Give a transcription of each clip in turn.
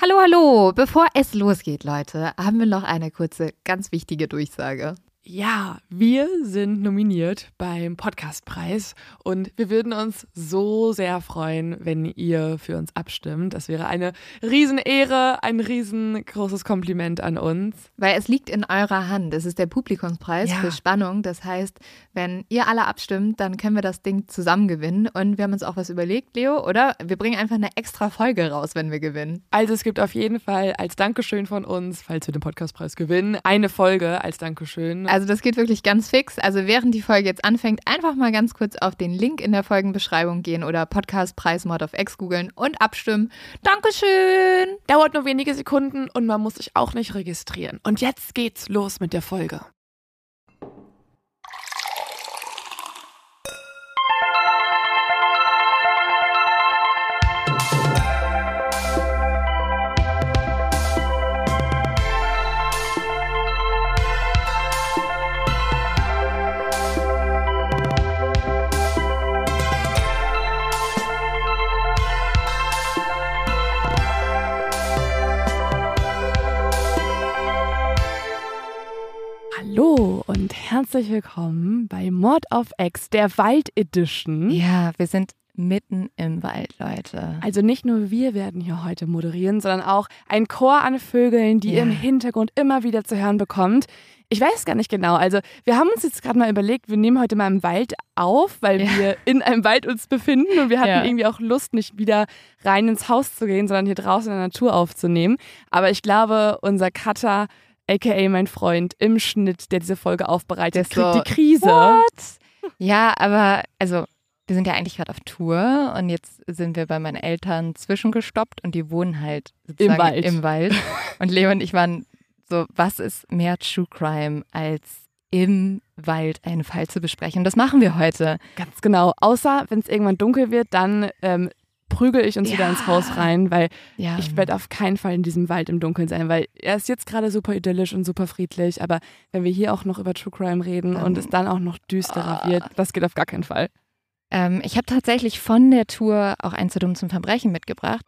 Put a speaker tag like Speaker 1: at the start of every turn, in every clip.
Speaker 1: Hallo, hallo! Bevor es losgeht, Leute, haben wir noch eine kurze, ganz wichtige Durchsage.
Speaker 2: Ja, wir sind nominiert beim Podcastpreis und wir würden uns so sehr freuen, wenn ihr für uns abstimmt. Das wäre eine Riesenehre, ein riesengroßes Kompliment an uns.
Speaker 1: Weil es liegt in eurer Hand. Es ist der Publikumspreis für Spannung. Das heißt, wenn ihr alle abstimmt, dann können wir das Ding zusammen gewinnen. Und wir haben uns auch was überlegt, Leo, oder? Wir bringen einfach eine extra Folge raus, wenn wir gewinnen.
Speaker 2: Also es gibt auf jeden Fall als Dankeschön von uns, falls wir den Podcastpreis gewinnen, eine Folge als Dankeschön.
Speaker 1: Also das geht wirklich ganz fix. Also während die Folge jetzt anfängt, einfach mal ganz kurz auf den Link in der Folgenbeschreibung gehen oder Podcastpreis Mord of X googeln und abstimmen. Dankeschön!
Speaker 2: Dauert nur wenige Sekunden und man muss sich auch nicht registrieren. Und jetzt geht's los mit der Folge. Hallo und herzlich willkommen bei Mord of X, der Wald Edition.
Speaker 1: Ja, wir sind mitten im Wald, Leute.
Speaker 2: Also nicht nur wir werden hier heute moderieren, sondern auch ein Chor an Vögeln, die ihr im Hintergrund immer wieder zu hören bekommt. Ich weiß gar nicht genau. Also wir haben uns jetzt gerade mal überlegt, wir nehmen heute mal im Wald auf, weil wir in einem Wald uns befinden und wir hatten irgendwie auch Lust, nicht wieder rein ins Haus zu gehen, sondern hier draußen in der Natur aufzunehmen. Aber ich glaube, unser Cutter, a.k.a. mein Freund im Schnitt, der diese Folge aufbereitet, kriegt die Krise.
Speaker 1: What? Ja, aber also wir sind ja eigentlich gerade auf Tour und jetzt sind wir bei meinen Eltern zwischengestoppt und die wohnen halt sozusagen im Wald. Und Leo und ich waren so, was ist mehr True Crime als im Wald einen Fall zu besprechen? Das machen wir heute.
Speaker 2: Ganz genau. Außer, wenn es irgendwann dunkel wird, dann prügel ich uns wieder ins Haus rein, weil ich werde auf keinen Fall in diesem Wald im Dunkeln sein, weil er ist jetzt gerade super idyllisch und super friedlich, aber wenn wir hier auch noch über True Crime reden und es dann auch noch düsterer wird, das geht auf gar keinen Fall.
Speaker 1: Ich habe tatsächlich von der Tour auch ein zu dumm zum Verbrechen mitgebracht.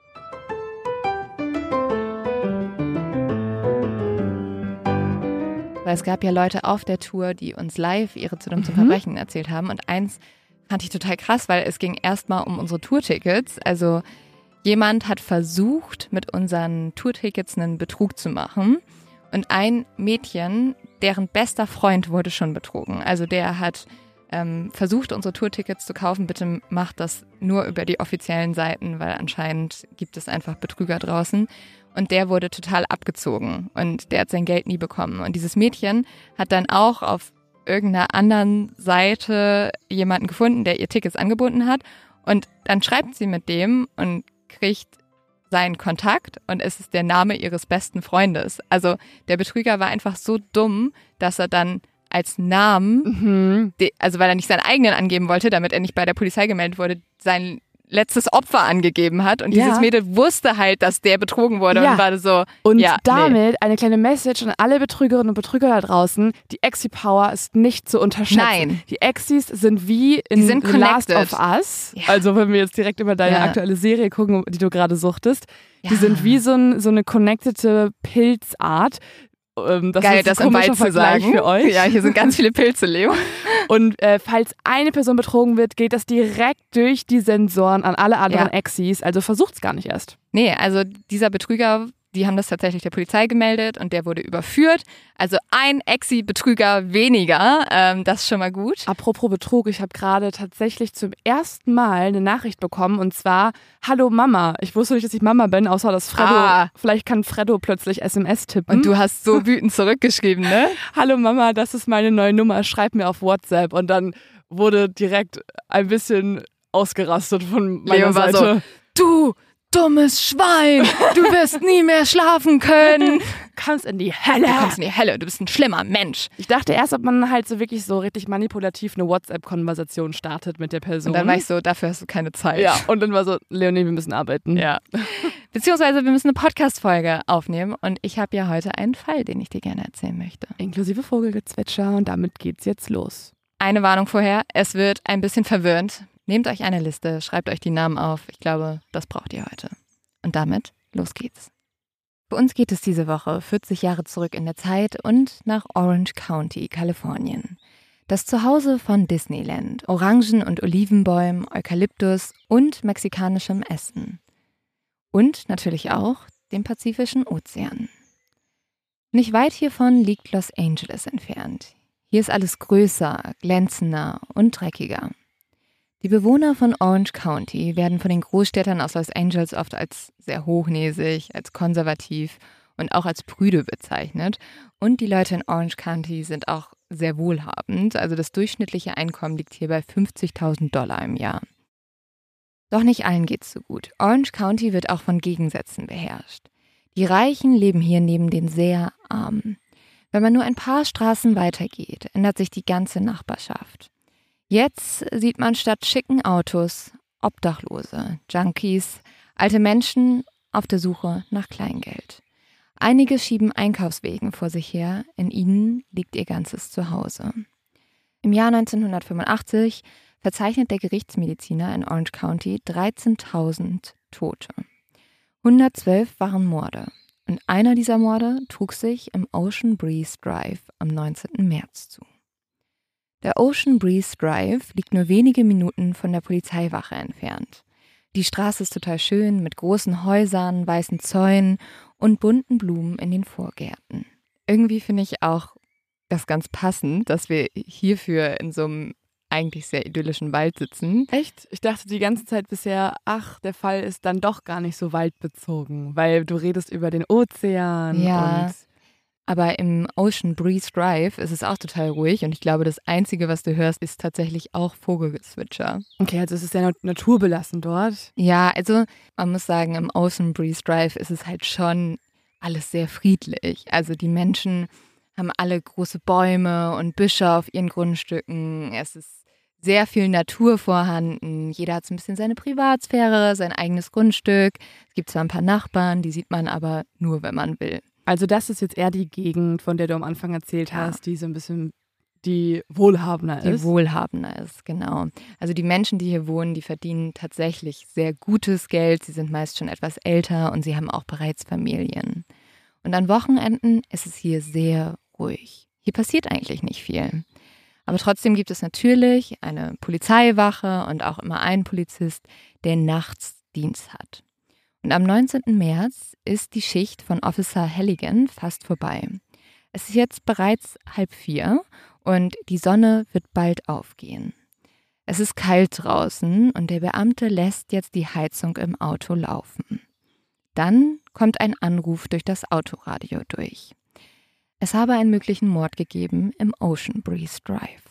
Speaker 1: Weil es gab ja Leute auf der Tour, die uns live ihre zu dumm zum Verbrechen erzählt haben und eins fand ich total krass, weil es ging erstmal um unsere Tourtickets. Also jemand hat versucht, mit unseren Tourtickets einen Betrug zu machen. Und ein Mädchen, deren bester Freund wurde schon betrogen. Also der hat versucht, unsere Tourtickets zu kaufen. Bitte macht das nur über die offiziellen Seiten, weil anscheinend gibt es einfach Betrüger draußen. Und der wurde total abgezogen und der hat sein Geld nie bekommen. Und dieses Mädchen hat dann auch auf irgendeiner anderen Seite jemanden gefunden, der ihr Tickets angeboten hat. Und dann schreibt sie mit dem und kriegt seinen Kontakt und es ist der Name ihres besten Freundes. Also der Betrüger war einfach so dumm, dass er dann als Namen, also weil er nicht seinen eigenen angeben wollte, damit er nicht bei der Polizei gemeldet wurde, sein letztes Opfer angegeben hat. Und dieses Mädel wusste halt, dass der betrogen wurde und war so.
Speaker 2: Und damit eine kleine Message an alle Betrügerinnen und Betrüger da draußen. Die Exi-Power ist nicht zu unterschätzen.
Speaker 1: Nein.
Speaker 2: Die Exis sind wie in The Last of Us. Ja. Also wenn wir jetzt direkt über deine aktuelle Serie gucken, die du gerade suchtest. Die sind wie so eine connectede Pilzart. Das
Speaker 1: geil,
Speaker 2: ist
Speaker 1: das im Wald zu sagen.
Speaker 2: Für euch.
Speaker 1: Ja, hier sind ganz viele Pilze, Leo.
Speaker 2: Und falls eine Person betrogen wird, geht das direkt durch die Sensoren an alle anderen Exis. Also versucht's gar nicht erst.
Speaker 1: Nee, also dieser Betrüger, die haben das tatsächlich der Polizei gemeldet und der wurde überführt. Also ein Exi-Betrüger weniger, das ist schon mal gut.
Speaker 2: Apropos Betrug, ich habe gerade tatsächlich zum ersten Mal eine Nachricht bekommen und zwar, hallo Mama. Ich wusste nicht, dass ich Mama bin, außer dass Freddo, vielleicht kann Freddo plötzlich SMS tippen.
Speaker 1: Und du hast so wütend zurückgeschrieben, ne?
Speaker 2: Hallo Mama, das ist meine neue Nummer, schreib mir auf WhatsApp. Und dann wurde direkt ein bisschen ausgerastet von meiner
Speaker 1: Leo
Speaker 2: Seite.
Speaker 1: War so, du dummes Schwein, du wirst nie mehr schlafen können.
Speaker 2: Du kommst in die Hölle.
Speaker 1: Du bist ein schlimmer Mensch.
Speaker 2: Ich dachte erst, ob man halt so wirklich so richtig manipulativ eine WhatsApp-Konversation startet mit der Person.
Speaker 1: Und dann war ich so, dafür hast du keine Zeit.
Speaker 2: Ja, und dann war so, Leonie, wir müssen arbeiten.
Speaker 1: Ja. Beziehungsweise wir müssen eine Podcast-Folge aufnehmen und ich habe ja heute einen Fall, den ich dir gerne erzählen möchte.
Speaker 2: Inklusive Vogelgezwitscher und damit geht's jetzt los.
Speaker 1: Eine Warnung vorher, es wird ein bisschen verwirrend. Nehmt euch eine Liste, schreibt euch die Namen auf. Ich glaube, das braucht ihr heute. Und damit, los geht's. Für uns geht es diese Woche 40 Jahre zurück in der Zeit und nach Orange County, Kalifornien. Das Zuhause von Disneyland, Orangen- und Olivenbäumen, Eukalyptus und mexikanischem Essen. Und natürlich auch dem Pazifischen Ozean. Nicht weit hiervon liegt Los Angeles entfernt. Hier ist alles größer, glänzender und dreckiger. Die Bewohner von Orange County werden von den Großstädtern aus Los Angeles oft als sehr hochnäsig, als konservativ und auch als prüde bezeichnet. Und die Leute in Orange County sind auch sehr wohlhabend. Also das durchschnittliche Einkommen liegt hier bei $50.000 im Jahr. Doch nicht allen geht's so gut. Orange County wird auch von Gegensätzen beherrscht. Die Reichen leben hier neben den sehr Armen. Wenn man nur ein paar Straßen weitergeht, ändert sich die ganze Nachbarschaft. Jetzt sieht man statt schicken Autos Obdachlose, Junkies, alte Menschen auf der Suche nach Kleingeld. Einige schieben Einkaufswegen vor sich her, in ihnen liegt ihr ganzes Zuhause. Im Jahr 1985 verzeichnet der Gerichtsmediziner in Orange County 13.000 Tote. 112 waren Morde und einer dieser Morde trug sich im Ocean Breeze Drive am 19. März zu. Der Ocean Breeze Drive liegt nur wenige Minuten von der Polizeiwache entfernt. Die Straße ist total schön mit großen Häusern, weißen Zäunen und bunten Blumen in den Vorgärten. Irgendwie finde ich auch das ganz passend, dass wir hierfür in so einem eigentlich sehr idyllischen Wald sitzen.
Speaker 2: Echt? Ich dachte die ganze Zeit bisher, der Fall ist dann doch gar nicht so waldbezogen, weil du redest über den Ozean.
Speaker 1: Ja,
Speaker 2: und
Speaker 1: aber im Ocean Breeze Drive ist es auch total ruhig und ich glaube, das Einzige, was du hörst, ist tatsächlich auch Vogelgezwitscher.
Speaker 2: Okay, also es ist sehr naturbelassen dort.
Speaker 1: Ja, also man muss sagen, im Ocean Breeze Drive ist es halt schon alles sehr friedlich. Also die Menschen haben alle große Bäume und Büsche auf ihren Grundstücken. Es ist sehr viel Natur vorhanden. Jeder hat so ein bisschen seine Privatsphäre, sein eigenes Grundstück. Es gibt zwar ein paar Nachbarn, die sieht man aber nur, wenn man will.
Speaker 2: Also das ist jetzt eher die Gegend, von der du am Anfang erzählt hast, die so ein bisschen die wohlhabender ist.
Speaker 1: Die wohlhabender ist, genau. Also die Menschen, die hier wohnen, die verdienen tatsächlich sehr gutes Geld. Sie sind meist schon etwas älter und sie haben auch bereits Familien. Und an Wochenenden ist es hier sehr ruhig. Hier passiert eigentlich nicht viel. Aber trotzdem gibt es natürlich eine Polizeiwache und auch immer einen Polizist, der nachts Dienst hat. Und am 19. März ist die Schicht von Officer Halligan fast vorbei. Es ist jetzt bereits 3:30 und die Sonne wird bald aufgehen. Es ist kalt draußen und der Beamte lässt jetzt die Heizung im Auto laufen. Dann kommt ein Anruf durch das Autoradio durch. Es habe einen möglichen Mord gegeben im Ocean Breeze Drive.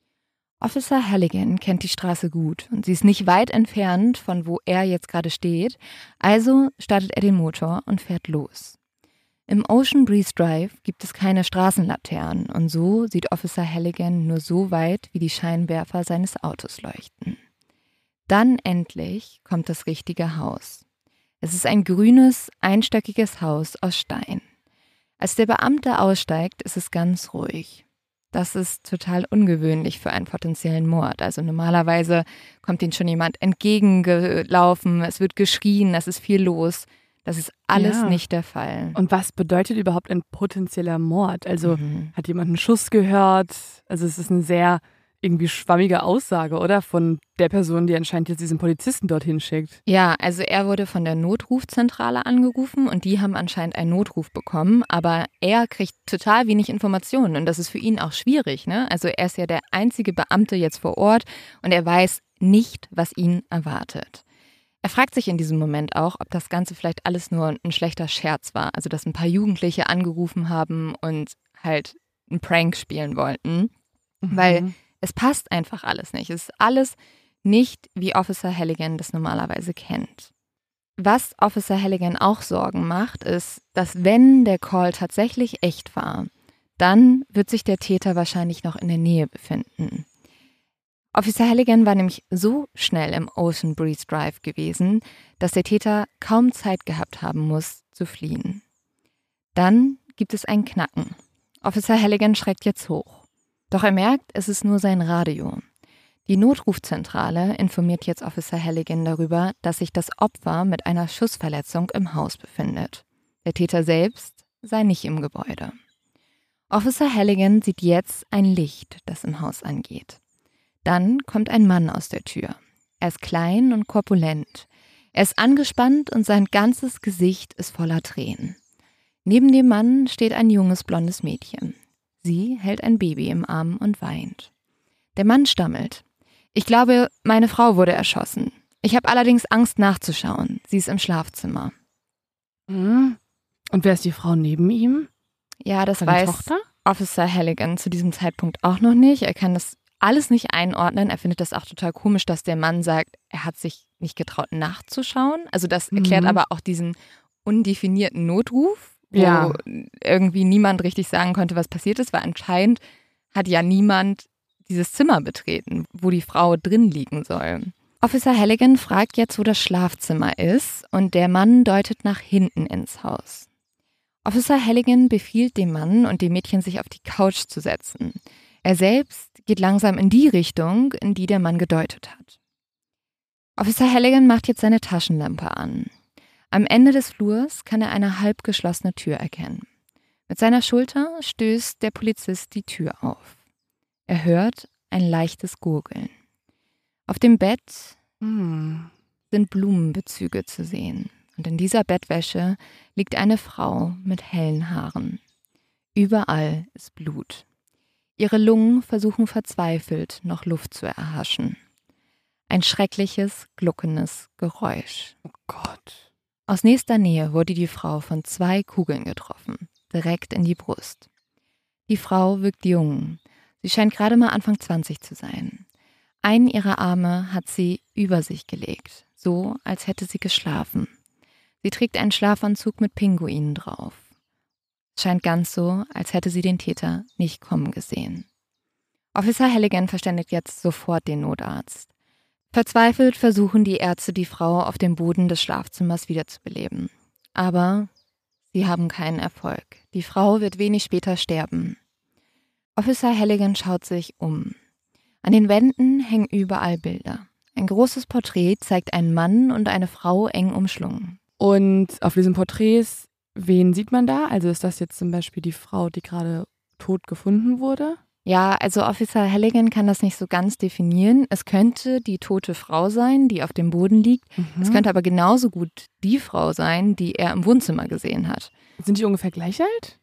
Speaker 1: Officer Halligan kennt die Straße gut und sie ist nicht weit entfernt von wo er jetzt gerade steht, also startet er den Motor und fährt los. Im Ocean Breeze Drive gibt es keine Straßenlaternen und so sieht Officer Halligan nur so weit, wie die Scheinwerfer seines Autos leuchten. Dann endlich kommt das richtige Haus. Es ist ein grünes, einstöckiges Haus aus Stein. Als der Beamte aussteigt, ist es ganz ruhig. Das ist total ungewöhnlich für einen potenziellen Mord. Also normalerweise kommt ihnen schon jemand entgegengelaufen, es wird geschrien, es ist viel los. Das ist alles nicht der Fall.
Speaker 2: Und was bedeutet überhaupt ein potenzieller Mord? Also hat jemand einen Schuss gehört? Also es ist eine sehr irgendwie schwammige Aussage, oder? Von der Person, die anscheinend jetzt diesen Polizisten dorthin schickt.
Speaker 1: Ja, also er wurde von der Notrufzentrale angerufen und die haben anscheinend einen Notruf bekommen, aber er kriegt total wenig Informationen und das ist für ihn auch schwierig, ne? Also er ist ja der einzige Beamte jetzt vor Ort und er weiß nicht, was ihn erwartet. Er fragt sich in diesem Moment auch, ob das Ganze vielleicht alles nur ein schlechter Scherz war, also dass ein paar Jugendliche angerufen haben und halt einen Prank spielen wollten, weil es passt einfach alles nicht. Es ist alles nicht, wie Officer Halligan das normalerweise kennt. Was Officer Halligan auch Sorgen macht, ist, dass wenn der Call tatsächlich echt war, dann wird sich der Täter wahrscheinlich noch in der Nähe befinden. Officer Halligan war nämlich so schnell im Ocean Breeze Drive gewesen, dass der Täter kaum Zeit gehabt haben muss, zu fliehen. Dann gibt es ein Knacken. Officer Halligan schreckt jetzt hoch. Doch er merkt, es ist nur sein Radio. Die Notrufzentrale informiert jetzt Officer Halligan darüber, dass sich das Opfer mit einer Schussverletzung im Haus befindet. Der Täter selbst sei nicht im Gebäude. Officer Halligan sieht jetzt ein Licht, das im Haus angeht. Dann kommt ein Mann aus der Tür. Er ist klein und korpulent. Er ist angespannt und sein ganzes Gesicht ist voller Tränen. Neben dem Mann steht ein junges, blondes Mädchen. Sie hält ein Baby im Arm und weint. Der Mann stammelt. Ich glaube, meine Frau wurde erschossen. Ich habe allerdings Angst nachzuschauen. Sie ist im Schlafzimmer.
Speaker 2: Und wer ist die Frau neben ihm?
Speaker 1: Ja, das
Speaker 2: Seine
Speaker 1: weiß
Speaker 2: Tochter?
Speaker 1: Officer Halligan zu diesem Zeitpunkt auch noch nicht. Er kann das alles nicht einordnen. Er findet das auch total komisch, dass der Mann sagt, er hat sich nicht getraut nachzuschauen. Also das erklärt aber auch diesen undefinierten Notruf, wo irgendwie niemand richtig sagen konnte, was passiert ist, weil anscheinend hat ja niemand dieses Zimmer betreten, wo die Frau drin liegen soll. Officer Halligan fragt jetzt, wo das Schlafzimmer ist, und der Mann deutet nach hinten ins Haus. Officer Halligan befiehlt dem Mann und dem Mädchen, sich auf die Couch zu setzen. Er selbst geht langsam in die Richtung, in die der Mann gedeutet hat. Officer Halligan macht jetzt seine Taschenlampe an. Am Ende des Flurs kann er eine halb geschlossene Tür erkennen. Mit seiner Schulter stößt der Polizist die Tür auf. Er hört ein leichtes Gurgeln. Auf dem Bett sind Blumenbezüge zu sehen. Und in dieser Bettwäsche liegt eine Frau mit hellen Haaren. Überall ist Blut. Ihre Lungen versuchen verzweifelt, noch Luft zu erhaschen. Ein schreckliches, gluckendes Geräusch.
Speaker 2: Oh Gott.
Speaker 1: Aus nächster Nähe wurde die Frau von 2 Kugeln getroffen, direkt in die Brust. Die Frau wirkt jung. Sie scheint gerade mal Anfang 20 zu sein. Einen ihrer Arme hat sie über sich gelegt, so als hätte sie geschlafen. Sie trägt einen Schlafanzug mit Pinguinen drauf. Es scheint ganz so, als hätte sie den Täter nicht kommen gesehen. Officer Halligan verständigt jetzt sofort den Notarzt. Verzweifelt versuchen die Ärzte, die Frau auf dem Boden des Schlafzimmers wiederzubeleben. Aber sie haben keinen Erfolg. Die Frau wird wenig später sterben. Officer Halligan schaut sich um. An den Wänden hängen überall Bilder. Ein großes Porträt zeigt einen Mann und eine Frau eng umschlungen.
Speaker 2: Und auf diesen Porträts, wen sieht man da? Also ist das jetzt zum Beispiel die Frau, die gerade tot gefunden wurde?
Speaker 1: Ja, also Officer Halligan kann das nicht so ganz definieren. Es könnte die tote Frau sein, die auf dem Boden liegt. Es könnte aber genauso gut die Frau sein, die er im Wohnzimmer gesehen hat.
Speaker 2: Sind die ungefähr gleich alt?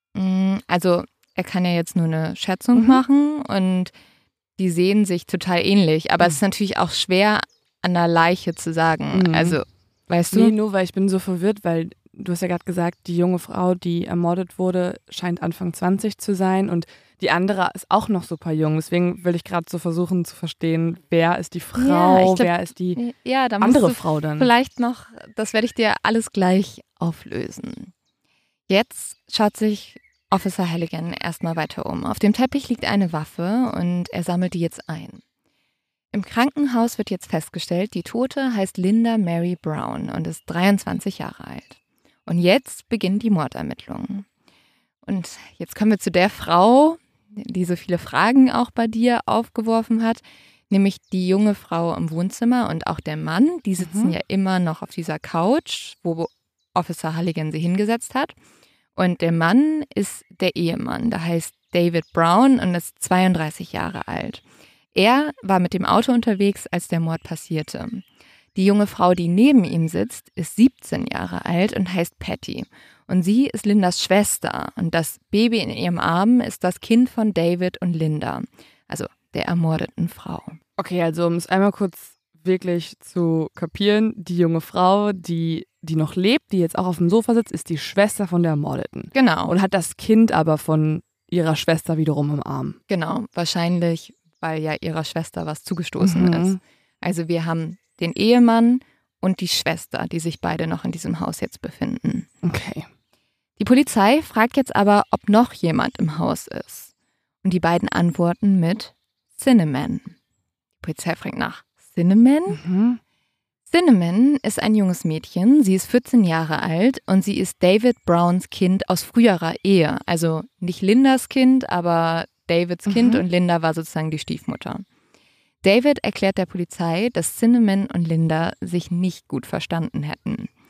Speaker 1: Also er kann ja jetzt nur eine Schätzung machen und die sehen sich total ähnlich. Aber es ist natürlich auch schwer, an der Leiche zu sagen. Also, weißt du?
Speaker 2: Nee, nur weil ich bin so verwirrt, weil du hast ja gerade gesagt, die junge Frau, die ermordet wurde, scheint Anfang 20 zu sein und die andere ist auch noch super jung. Deswegen will ich gerade so versuchen zu verstehen, wer ist die Frau, wer ist die andere Frau dann.
Speaker 1: Vielleicht noch, das werde ich dir alles gleich auflösen. Jetzt schaut sich Officer Halligan erstmal weiter um. Auf dem Teppich liegt eine Waffe und er sammelt die jetzt ein. Im Krankenhaus wird jetzt festgestellt, die Tote heißt Linda Mary Brown und ist 23 Jahre alt. Und jetzt beginnen die Mordermittlungen. Und jetzt kommen wir zu der Frau, die so viele Fragen auch bei dir aufgeworfen hat, nämlich die junge Frau im Wohnzimmer und auch der Mann. Die sitzen ja immer noch auf dieser Couch, wo Officer Halligan sie hingesetzt hat. Und der Mann ist der Ehemann, der heißt David Brown und ist 32 Jahre alt. Er war mit dem Auto unterwegs, als der Mord passierte. Die junge Frau, die neben ihm sitzt, ist 17 Jahre alt und heißt Patty. Und sie ist Lindas Schwester. Und das Baby in ihrem Arm ist das Kind von David und Linda, also der ermordeten Frau.
Speaker 2: Okay, also um es einmal kurz wirklich zu kapieren, die junge Frau, die noch lebt, die jetzt auch auf dem Sofa sitzt, ist die Schwester von der Ermordeten.
Speaker 1: Genau.
Speaker 2: Und hat das Kind aber von ihrer Schwester wiederum im Arm.
Speaker 1: Genau, wahrscheinlich, weil ja ihrer Schwester was zugestoßen ist. Also wir haben den Ehemann und die Schwester, die sich beide noch in diesem Haus jetzt befinden.
Speaker 2: Okay.
Speaker 1: Die Polizei fragt jetzt aber, ob noch jemand im Haus ist. Und die beiden antworten mit Cinnamon. Die Polizei fragt nach Cinnamon? Cinnamon ist ein junges Mädchen, sie ist 14 Jahre alt und sie ist David Browns Kind aus früherer Ehe. Also nicht Lindas Kind, aber Davids Kind und Linda war sozusagen die Stiefmutter. David erklärt der Polizei, dass Cinnamon und Linda sich nicht gut verstanden hätten.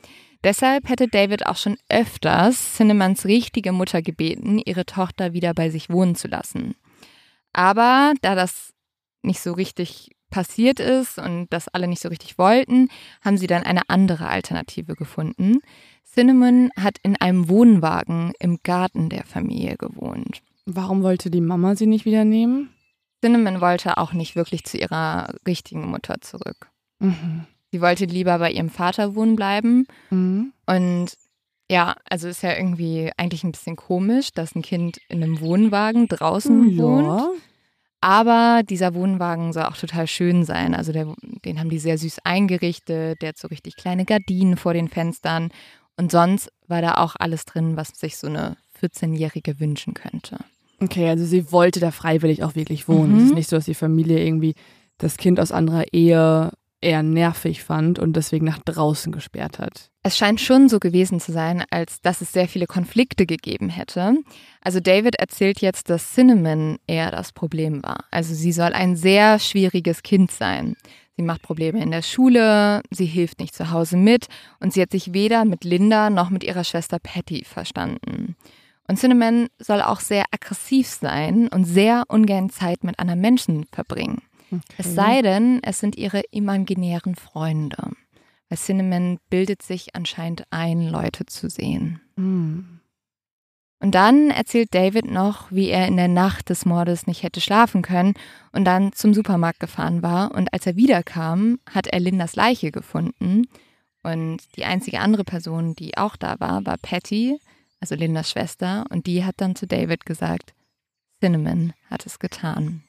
Speaker 1: Deshalb hätte David auch schon öfters Cinnamons richtige Mutter gebeten, ihre Tochter wieder bei sich wohnen zu lassen. Aber da das nicht so richtig passiert ist und das alle nicht so richtig wollten, haben sie dann eine andere Alternative gefunden. Cinnamon hat in einem Wohnwagen im Garten der Familie gewohnt.
Speaker 2: Warum wollte die Mama sie nicht wieder nehmen?
Speaker 1: Cinnamon wollte auch nicht wirklich zu ihrer richtigen Mutter zurück. Sie wollte lieber bei ihrem Vater wohnen bleiben. Und ja, also ist ja irgendwie eigentlich ein bisschen komisch, dass ein Kind in einem Wohnwagen draußen wohnt. Aber dieser Wohnwagen soll auch total schön sein. Also den haben die sehr süß eingerichtet. Der hat so richtig kleine Gardinen vor den Fenstern. Und sonst war da auch alles drin, was sich so eine 14-Jährige wünschen könnte.
Speaker 2: Okay, also sie wollte da freiwillig auch wirklich wohnen. Es ist nicht so, dass die Familie irgendwie das Kind aus anderer Ehe eher nervig fand und deswegen nach draußen gesperrt hat.
Speaker 1: Es scheint schon so gewesen zu sein, als dass es sehr viele Konflikte gegeben hätte. Also David erzählt jetzt, dass Cinnamon eher das Problem war. Also sie soll ein sehr schwieriges Kind sein. Sie macht Probleme in der Schule, sie hilft nicht zu Hause mit und sie hat sich weder mit Linda noch mit ihrer Schwester Patty verstanden. Und Cinnamon soll auch sehr aggressiv sein und sehr ungern Zeit mit anderen Menschen verbringen. Okay. Es sei denn, es sind ihre imaginären Freunde. Weil Cinnamon bildet sich anscheinend ein, Leute zu sehen. Und dann erzählt David noch, wie er in der Nacht des Mordes nicht hätte schlafen können und dann zum Supermarkt gefahren war. Und als er wiederkam, hat er Lindas Leiche gefunden. Und die einzige andere Person, die auch da war, war Patty, also Lindas Schwester. Und die hat dann zu David gesagt, Cinnamon hat es getan.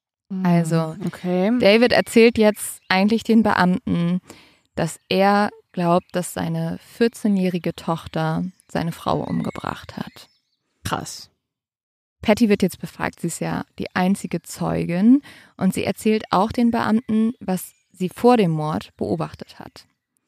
Speaker 1: Also David erzählt jetzt eigentlich den Beamten, dass er glaubt, dass seine 14-jährige Tochter seine Frau umgebracht hat.
Speaker 2: Krass.
Speaker 1: Patty wird jetzt befragt, sie ist ja die einzige Zeugin und sie erzählt auch den Beamten, was sie vor dem Mord beobachtet hat.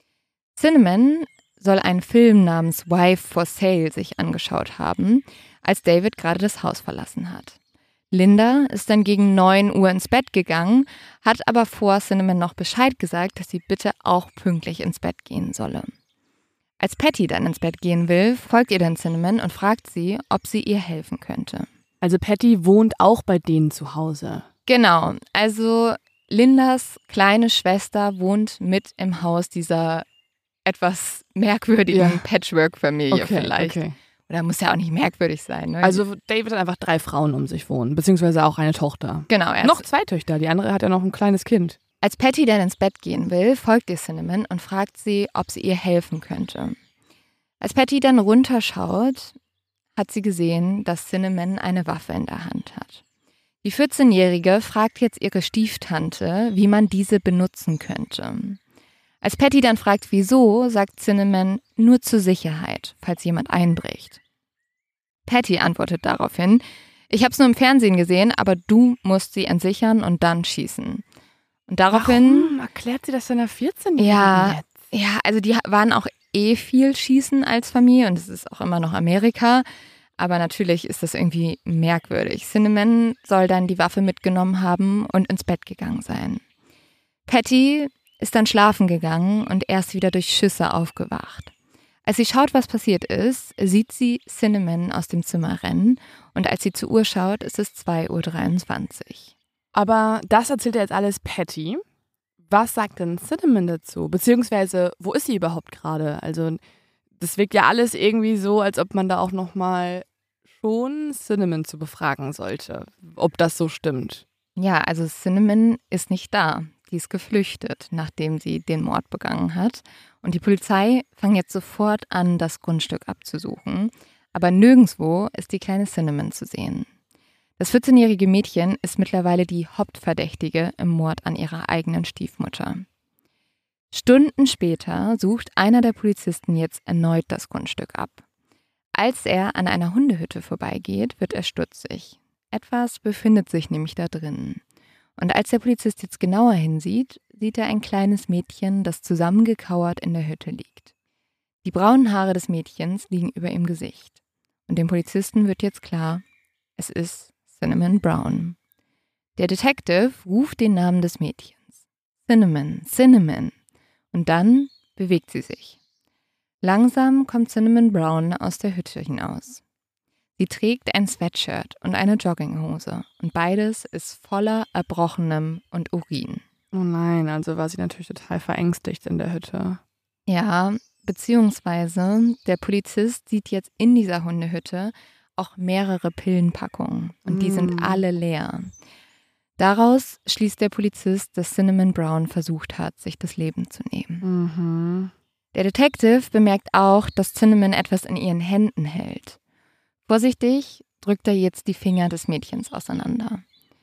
Speaker 1: Cinnamon soll einen Film namens Wife for Sale sich angeschaut haben, als David gerade das Haus verlassen hat. Linda ist dann gegen 9 Uhr ins Bett gegangen, hat aber vor Cinnamon noch Bescheid gesagt, dass sie bitte auch pünktlich ins Bett gehen solle. Als Patty dann ins Bett gehen will, folgt ihr dann Cinnamon und fragt sie, ob sie ihr helfen könnte.
Speaker 2: Also Patty wohnt auch bei denen zu Hause.
Speaker 1: Genau, also Lindas kleine Schwester wohnt mit im Haus dieser etwas merkwürdigen Patchwork-Familie vielleicht. Okay. Oder muss ja auch nicht merkwürdig sein. Ne?
Speaker 2: Also David hat einfach 3 Frauen um sich wohnen, beziehungsweise auch eine Tochter.
Speaker 1: Genau.
Speaker 2: Noch 2 Töchter, die andere hat ja noch ein kleines Kind.
Speaker 1: Als Patty dann ins Bett gehen will, folgt ihr Cinnamon und fragt sie, ob sie ihr helfen könnte. Als Patty dann runterschaut, hat sie gesehen, dass Cinnamon eine Waffe in der Hand hat. Die 14-Jährige fragt jetzt ihre Stieftante, wie man diese benutzen könnte. Als Patty dann fragt, wieso, sagt Cinnamon, nur zur Sicherheit, falls jemand einbricht. Patty antwortet daraufhin, ich habe es nur im Fernsehen gesehen, aber du musst sie entsichern und dann schießen. Und daraufhin...
Speaker 2: Warum erklärt sie das seiner 14-Jährigen jetzt?
Speaker 1: Ja, also die waren auch viel schießen als Familie und es ist auch immer noch Amerika. Aber natürlich ist das irgendwie merkwürdig. Cinnamon soll dann die Waffe mitgenommen haben und ins Bett gegangen sein. Patty ist dann schlafen gegangen und erst wieder durch Schüsse aufgewacht. Als sie schaut, was passiert ist, sieht sie Cinnamon aus dem Zimmer rennen und als sie zur Uhr schaut, ist es 2:23 Uhr.
Speaker 2: Aber das erzählt ja jetzt alles Patty. Was sagt denn Cinnamon dazu? Beziehungsweise, wo ist sie überhaupt gerade? Also, das wirkt ja alles irgendwie so, als ob man da auch nochmal schon Cinnamon zu befragen sollte, ob das so stimmt.
Speaker 1: Ja, also Cinnamon ist nicht da. Die ist geflüchtet, nachdem sie den Mord begangen hat. Und die Polizei fängt jetzt sofort an, das Grundstück abzusuchen. Aber nirgendwo ist die kleine Cinnamon zu sehen. Das 14-jährige Mädchen ist mittlerweile die Hauptverdächtige im Mord an ihrer eigenen Stiefmutter. Stunden später sucht einer der Polizisten jetzt erneut das Grundstück ab. Als er an einer Hundehütte vorbeigeht, wird er stutzig. Etwas befindet sich nämlich da drin. Und als der Polizist jetzt genauer hinsieht, sieht er ein kleines Mädchen, das zusammengekauert in der Hütte liegt. Die braunen Haare des Mädchens liegen über ihrem Gesicht. Und dem Polizisten wird jetzt klar, es ist Cinnamon Brown. Der Detective ruft den Namen des Mädchens. Cinnamon, Cinnamon. Und dann bewegt sie sich. Langsam kommt Cinnamon Brown aus der Hütte hinaus. Sie trägt ein Sweatshirt und eine Jogginghose und beides ist voller Erbrochenem und Urin.
Speaker 2: Oh nein, also war sie natürlich total verängstigt in der Hütte.
Speaker 1: Ja, beziehungsweise der Polizist sieht jetzt in dieser Hundehütte auch mehrere Pillenpackungen und die sind alle leer. Daraus schließt der Polizist, dass Cinnamon Brown versucht hat, sich das Leben zu nehmen.
Speaker 2: Mhm.
Speaker 1: Der Detective bemerkt auch, dass Cinnamon etwas in ihren Händen hält. Vorsichtig drückt er jetzt die Finger des Mädchens auseinander.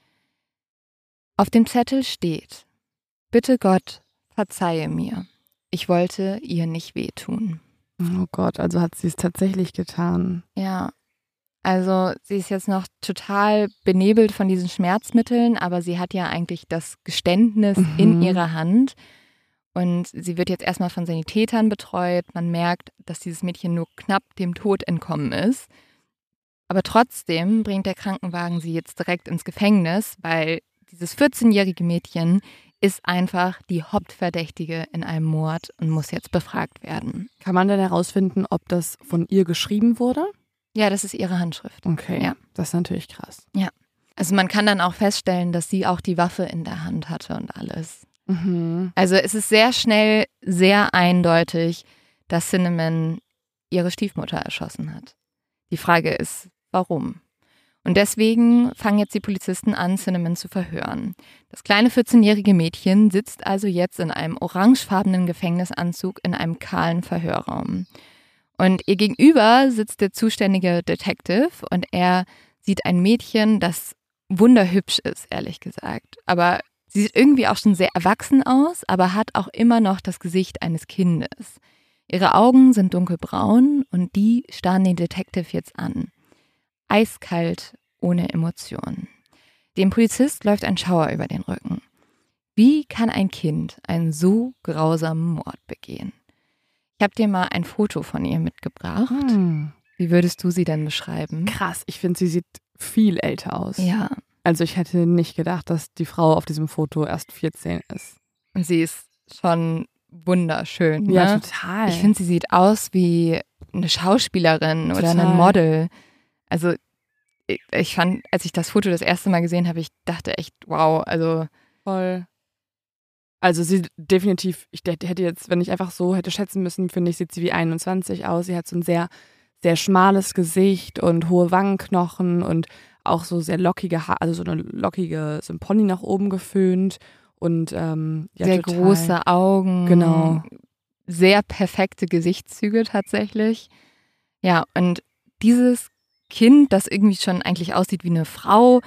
Speaker 1: Auf dem Zettel steht: Bitte Gott, verzeihe mir. Ich wollte ihr nicht wehtun.
Speaker 2: Oh Gott, also hat sie es tatsächlich getan.
Speaker 1: Ja, also sie ist jetzt noch total benebelt von diesen Schmerzmitteln, aber sie hat ja eigentlich das Geständnis in ihrer Hand. Und sie wird jetzt erstmal von Sanitätern betreut. Man merkt, dass dieses Mädchen nur knapp dem Tod entkommen ist. Aber trotzdem bringt der Krankenwagen sie jetzt direkt ins Gefängnis, weil dieses 14-jährige Mädchen ist einfach die Hauptverdächtige in einem Mord und muss jetzt befragt werden.
Speaker 2: Kann man denn herausfinden, ob das von ihr geschrieben wurde?
Speaker 1: Ja, das ist ihre Handschrift.
Speaker 2: Okay,
Speaker 1: Ja.
Speaker 2: Das ist natürlich krass.
Speaker 1: Ja. Also man kann dann auch feststellen, dass sie auch die Waffe in der Hand hatte und alles.
Speaker 2: Mhm.
Speaker 1: Also es ist sehr schnell, sehr eindeutig, dass Cinnamon ihre Stiefmutter erschossen hat. Die Frage ist, warum? Und deswegen fangen jetzt die Polizisten an, Cinnamon zu verhören. Das kleine 14-jährige Mädchen sitzt also jetzt in einem orangefarbenen Gefängnisanzug in einem kahlen Verhörraum. Und ihr gegenüber sitzt der zuständige Detective und er sieht ein Mädchen, das wunderhübsch ist, ehrlich gesagt. Aber sie sieht irgendwie auch schon sehr erwachsen aus, aber hat auch immer noch das Gesicht eines Kindes. Ihre Augen sind dunkelbraun und die starren den Detective jetzt an. Eiskalt, ohne Emotionen. Dem Polizist läuft ein Schauer über den Rücken. Wie kann ein Kind einen so grausamen Mord begehen? Ich habe dir mal ein Foto von ihr mitgebracht. Wie würdest du sie denn beschreiben?
Speaker 2: Krass, ich finde, sie sieht viel älter aus.
Speaker 1: Ja.
Speaker 2: Also ich hätte nicht gedacht, dass die Frau auf diesem Foto erst 14 ist.
Speaker 1: Und sie ist schon wunderschön. Ne?
Speaker 2: Ja, total.
Speaker 1: Ich finde, sie sieht aus wie eine Schauspielerin oder
Speaker 2: Total.
Speaker 1: ein Model. Also ich fand, als ich das Foto das erste Mal gesehen habe, ich dachte echt, wow, also
Speaker 2: Voll. Also sie definitiv, ich hätte jetzt, wenn ich einfach so hätte schätzen müssen, finde ich, sieht sie wie 21 aus. Sie hat so ein sehr, sehr schmales Gesicht und hohe Wangenknochen und auch so sehr lockige Haare, also so eine lockige, so ein Pony nach oben geföhnt und ja,
Speaker 1: sehr
Speaker 2: total.
Speaker 1: große Augen.
Speaker 2: Genau.
Speaker 1: Sehr perfekte Gesichtszüge tatsächlich. Ja, und dieses Kind, das irgendwie schon eigentlich aussieht wie eine Frau,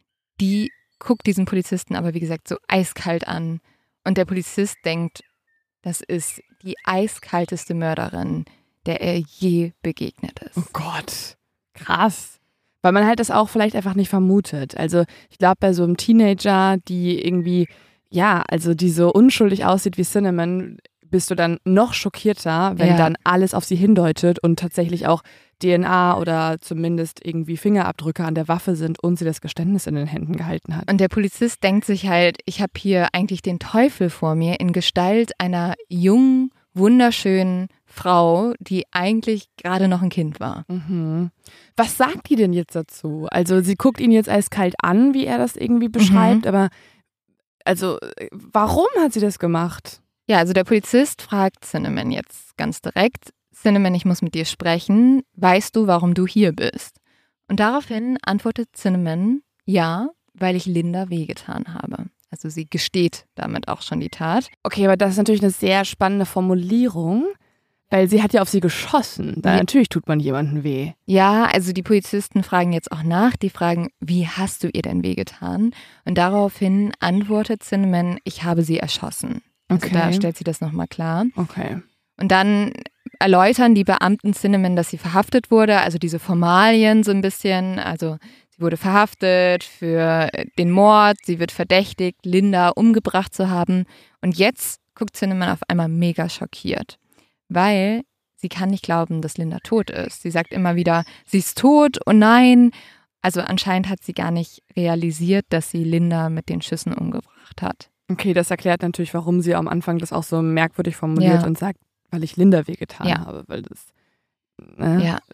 Speaker 1: die guckt diesen Polizisten aber, wie gesagt, so eiskalt an. Und der Polizist denkt, das ist die eiskalteste Mörderin, der er je begegnet ist.
Speaker 2: Oh Gott, krass. Weil man halt das auch vielleicht einfach nicht vermutet. Also ich glaube, bei so einem Teenager, die irgendwie, ja, also die so unschuldig aussieht wie Cinnamon, bist du dann noch schockierter, wenn dann alles auf sie hindeutet und tatsächlich auch DNA oder zumindest irgendwie Fingerabdrücke an der Waffe sind und sie das Geständnis in den Händen gehalten hat.
Speaker 1: Und der Polizist denkt sich halt, ich habe hier eigentlich den Teufel vor mir in Gestalt einer jungen, wunderschönen Frau, die eigentlich gerade noch ein Kind war.
Speaker 2: Mhm. Was sagt die denn jetzt dazu? Also sie guckt ihn jetzt eiskalt an, wie er das irgendwie beschreibt, aber also warum hat sie das gemacht?
Speaker 1: Ja, also der Polizist fragt Cinnamon jetzt ganz direkt, Cinnamon, ich muss mit dir sprechen, weißt du, warum du hier bist? Und daraufhin antwortet Cinnamon, ja, weil ich Linda wehgetan habe. Also sie gesteht damit auch schon die Tat.
Speaker 2: Okay, aber das ist natürlich eine sehr spannende Formulierung, weil sie hat ja auf sie geschossen. Da natürlich tut man jemandem weh.
Speaker 1: Ja, also die Polizisten fragen jetzt auch nach. Die fragen, wie hast du ihr denn wehgetan? Und daraufhin antwortet Cinnamon, ich habe sie erschossen. Also da stellt sie das nochmal klar.
Speaker 2: Okay.
Speaker 1: Und dann erläutern die Beamten Cinnamon, dass sie verhaftet wurde, also diese Formalien so ein bisschen. Also sie wurde verhaftet für den Mord, sie wird verdächtigt, Linda umgebracht zu haben. Und jetzt guckt Cinnamon auf einmal mega schockiert, weil sie kann nicht glauben, dass Linda tot ist. Sie sagt immer wieder, sie ist tot, oh nein. Also anscheinend hat sie gar nicht realisiert, dass sie Linda mit den Schüssen umgebracht hat.
Speaker 2: Okay, das erklärt natürlich, warum sie am Anfang das auch so merkwürdig formuliert und sagt, weil ich Linda wehgetan
Speaker 1: Ja.
Speaker 2: habe, weil das, ne,
Speaker 1: Ja.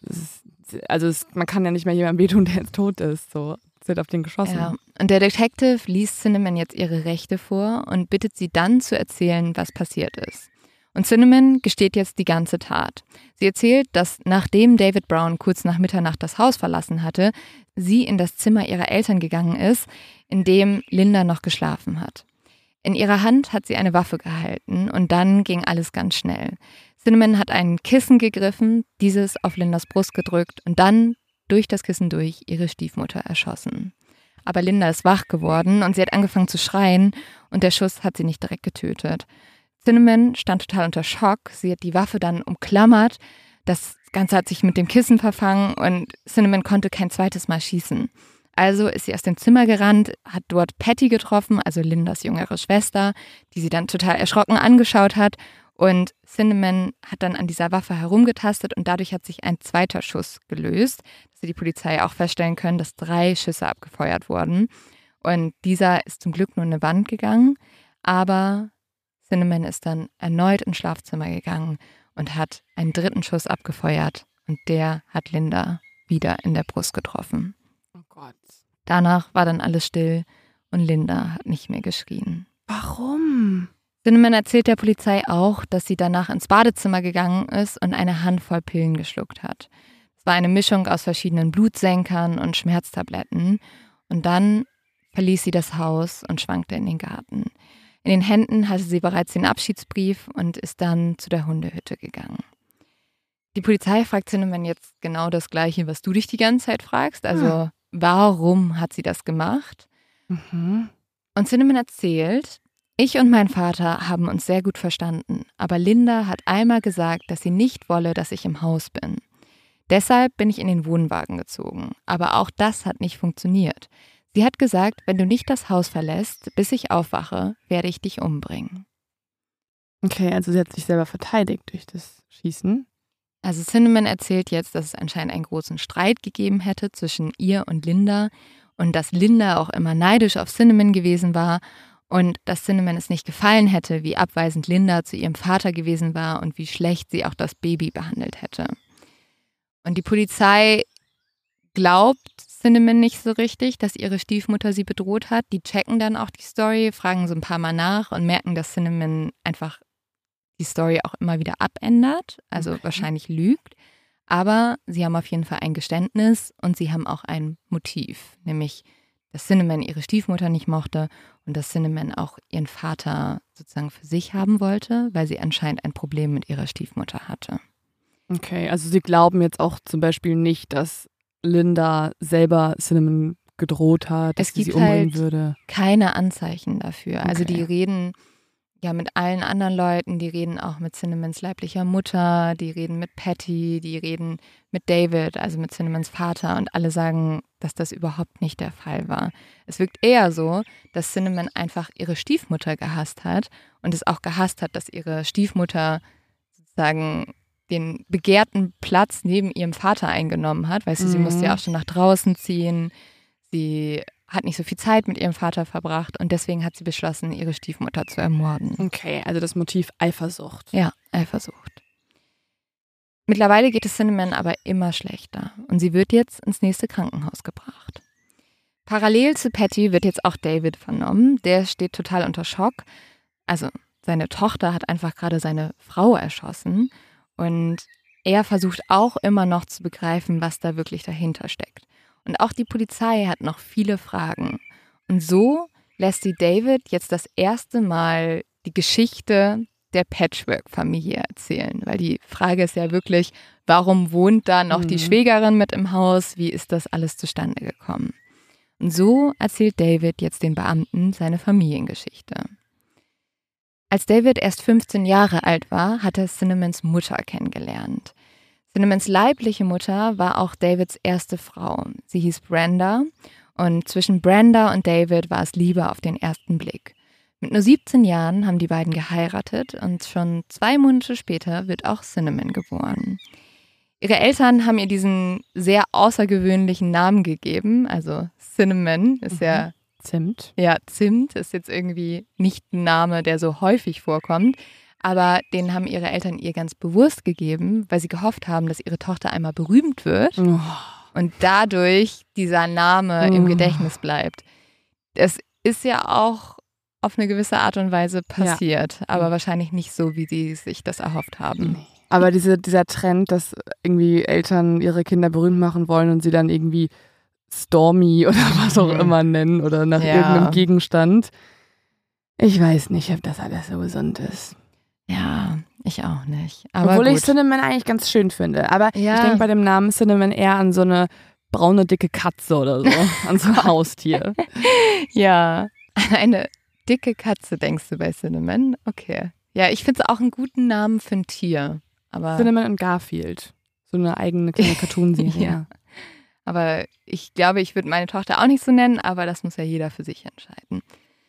Speaker 2: man kann ja nicht mehr jemandem wehtun, der jetzt tot ist, so. Sie hat auf den geschossen.
Speaker 1: Ja. Und der Detective liest Cinnamon jetzt ihre Rechte vor und bittet sie dann zu erzählen, was passiert ist. Und Cinnamon gesteht jetzt die ganze Tat. Sie erzählt, dass nachdem David Brown kurz nach Mitternacht das Haus verlassen hatte, sie in das Zimmer ihrer Eltern gegangen ist, in dem Linda noch geschlafen hat. In ihrer Hand hat sie eine Waffe gehalten und dann ging alles ganz schnell. Cinnamon hat ein Kissen gegriffen, dieses auf Lindas Brust gedrückt und dann durch das Kissen durch ihre Stiefmutter erschossen. Aber Linda ist wach geworden und sie hat angefangen zu schreien und der Schuss hat sie nicht direkt getötet. Cinnamon stand total unter Schock. Sie hat die Waffe dann umklammert. Das Ganze hat sich mit dem Kissen verfangen und Cinnamon konnte kein zweites Mal schießen. Also ist sie aus dem Zimmer gerannt, hat dort Patty getroffen, also Lindas jüngere Schwester, die sie dann total erschrocken angeschaut hat. Und Cinnamon hat dann an dieser Waffe herumgetastet und dadurch hat sich ein zweiter Schuss gelöst. Dass die Polizei auch feststellen können, dass 3 Schüsse abgefeuert wurden. Und dieser ist zum Glück nur in eine Wand gegangen, aber Cinnamon ist dann erneut ins Schlafzimmer gegangen und hat einen 3. Schuss abgefeuert und der hat Linda wieder in der Brust getroffen.
Speaker 2: Oh Gott.
Speaker 1: Danach war dann alles still und Linda hat nicht mehr geschrien.
Speaker 2: Warum?
Speaker 1: Cinnamon erzählt der Polizei auch, dass sie danach ins Badezimmer gegangen ist und eine Handvoll Pillen geschluckt hat. Es war eine Mischung aus verschiedenen Blutsenkern und Schmerztabletten und dann verließ sie das Haus und schwankte in den Garten. In den Händen hatte sie bereits den Abschiedsbrief und ist dann zu der Hundehütte gegangen. Die Polizei fragt Cinnamon jetzt genau das Gleiche, was du dich die ganze Zeit fragst. Also, warum hat sie das gemacht?
Speaker 2: Mhm.
Speaker 1: Und Cinnamon erzählt, ich und mein Vater haben uns sehr gut verstanden, aber Linda hat einmal gesagt, dass sie nicht wolle, dass ich im Haus bin. Deshalb bin ich in den Wohnwagen gezogen, aber auch das hat nicht funktioniert. Sie hat gesagt, wenn du nicht das Haus verlässt, bis ich aufwache, werde ich dich umbringen.
Speaker 2: Okay, also sie hat sich selber verteidigt durch das Schießen.
Speaker 1: Also Cinnamon erzählt jetzt, dass es anscheinend einen großen Streit gegeben hätte zwischen ihr und Linda und dass Linda auch immer neidisch auf Cinnamon gewesen war und dass Cinnamon es nicht gefallen hätte, wie abweisend Linda zu ihrem Vater gewesen war und wie schlecht sie auch das Baby behandelt hätte. Und die Polizei glaubt Cinnamon nicht so richtig, dass ihre Stiefmutter sie bedroht hat. Die checken dann auch die Story, fragen so ein paar Mal nach und merken, dass Cinnamon einfach die Story auch immer wieder abändert, also wahrscheinlich lügt. Aber sie haben auf jeden Fall ein Geständnis und sie haben auch ein Motiv, nämlich, dass Cinnamon ihre Stiefmutter nicht mochte und dass Cinnamon auch ihren Vater sozusagen für sich haben wollte, weil sie anscheinend ein Problem mit ihrer Stiefmutter hatte.
Speaker 2: Okay, also sie glauben jetzt auch zum Beispiel nicht, dass Linda selber Cinnamon gedroht hat, dass sie umbringen würde.
Speaker 1: Keine Anzeichen dafür.
Speaker 2: Okay.
Speaker 1: Also die reden ja mit allen anderen Leuten, die reden auch mit Cinnamons leiblicher Mutter, die reden mit Patty, die reden mit David, also mit Cinnamons Vater und alle sagen, dass das überhaupt nicht der Fall war. Es wirkt eher so, dass Cinnamon einfach ihre Stiefmutter gehasst hat und es auch gehasst hat, dass ihre Stiefmutter sozusagen den begehrten Platz neben ihrem Vater eingenommen hat. Weißt du, sie musste ja auch schon nach draußen ziehen. Sie hat nicht so viel Zeit mit ihrem Vater verbracht und deswegen hat sie beschlossen, ihre Stiefmutter zu ermorden.
Speaker 2: Okay, also das Motiv Eifersucht.
Speaker 1: Ja, Eifersucht. Mittlerweile geht es Cinnamon aber immer schlechter und sie wird jetzt ins nächste Krankenhaus gebracht. Parallel zu Patty wird jetzt auch David vernommen. Der steht total unter Schock. Also seine Tochter hat einfach gerade seine Frau erschossen. Und er versucht auch immer noch zu begreifen, was da wirklich dahinter steckt. Und auch die Polizei hat noch viele Fragen. Und so lässt sie David jetzt das erste Mal die Geschichte der Patchwork-Familie erzählen. Weil die Frage ist ja wirklich, warum wohnt da noch die Schwägerin mit im Haus? Wie ist das alles zustande gekommen? Und so erzählt David jetzt den Beamten seine Familiengeschichte. Als David erst 15 Jahre alt war, hat er Cinnamons Mutter kennengelernt. Cinnamons leibliche Mutter war auch Davids erste Frau. Sie hieß Brenda und zwischen Brenda und David war es Liebe auf den ersten Blick. Mit nur 17 Jahren haben die beiden geheiratet und schon 2 Monate später wird auch Cinnamon geboren. Ihre Eltern haben ihr diesen sehr außergewöhnlichen Namen gegeben, also Cinnamon ist ja
Speaker 2: Zimt.
Speaker 1: Ja, Zimt ist jetzt irgendwie nicht ein Name, der so häufig vorkommt. Aber den haben ihre Eltern ihr ganz bewusst gegeben, weil sie gehofft haben, dass ihre Tochter einmal berühmt wird und dadurch dieser Name im Gedächtnis bleibt. Es ist ja auch auf eine gewisse Art und Weise passiert, aber wahrscheinlich nicht so, wie sie sich das erhofft haben.
Speaker 2: Nee. Aber dieser Trend, dass irgendwie Eltern ihre Kinder berühmt machen wollen und sie dann irgendwie Stormy oder was auch immer nennen oder nach irgendeinem Gegenstand. Ich weiß nicht, ob das alles so gesund ist.
Speaker 1: Ja, ich auch nicht. Aber
Speaker 2: obwohl
Speaker 1: gut.
Speaker 2: ich Cinnamon eigentlich ganz schön finde. Aber ich denke bei dem Namen Cinnamon eher an so eine braune, dicke Katze oder so. An so ein Haustier.
Speaker 1: Ja, an eine dicke Katze denkst du bei Cinnamon? Okay. Ja, ich finde es auch einen guten Namen für ein Tier. Aber
Speaker 2: Cinnamon und Garfield. So eine eigene kleine Cartoonserie.
Speaker 1: Ja. Aber ich glaube, ich würde meine Tochter auch nicht so nennen, aber das muss ja jeder für sich entscheiden.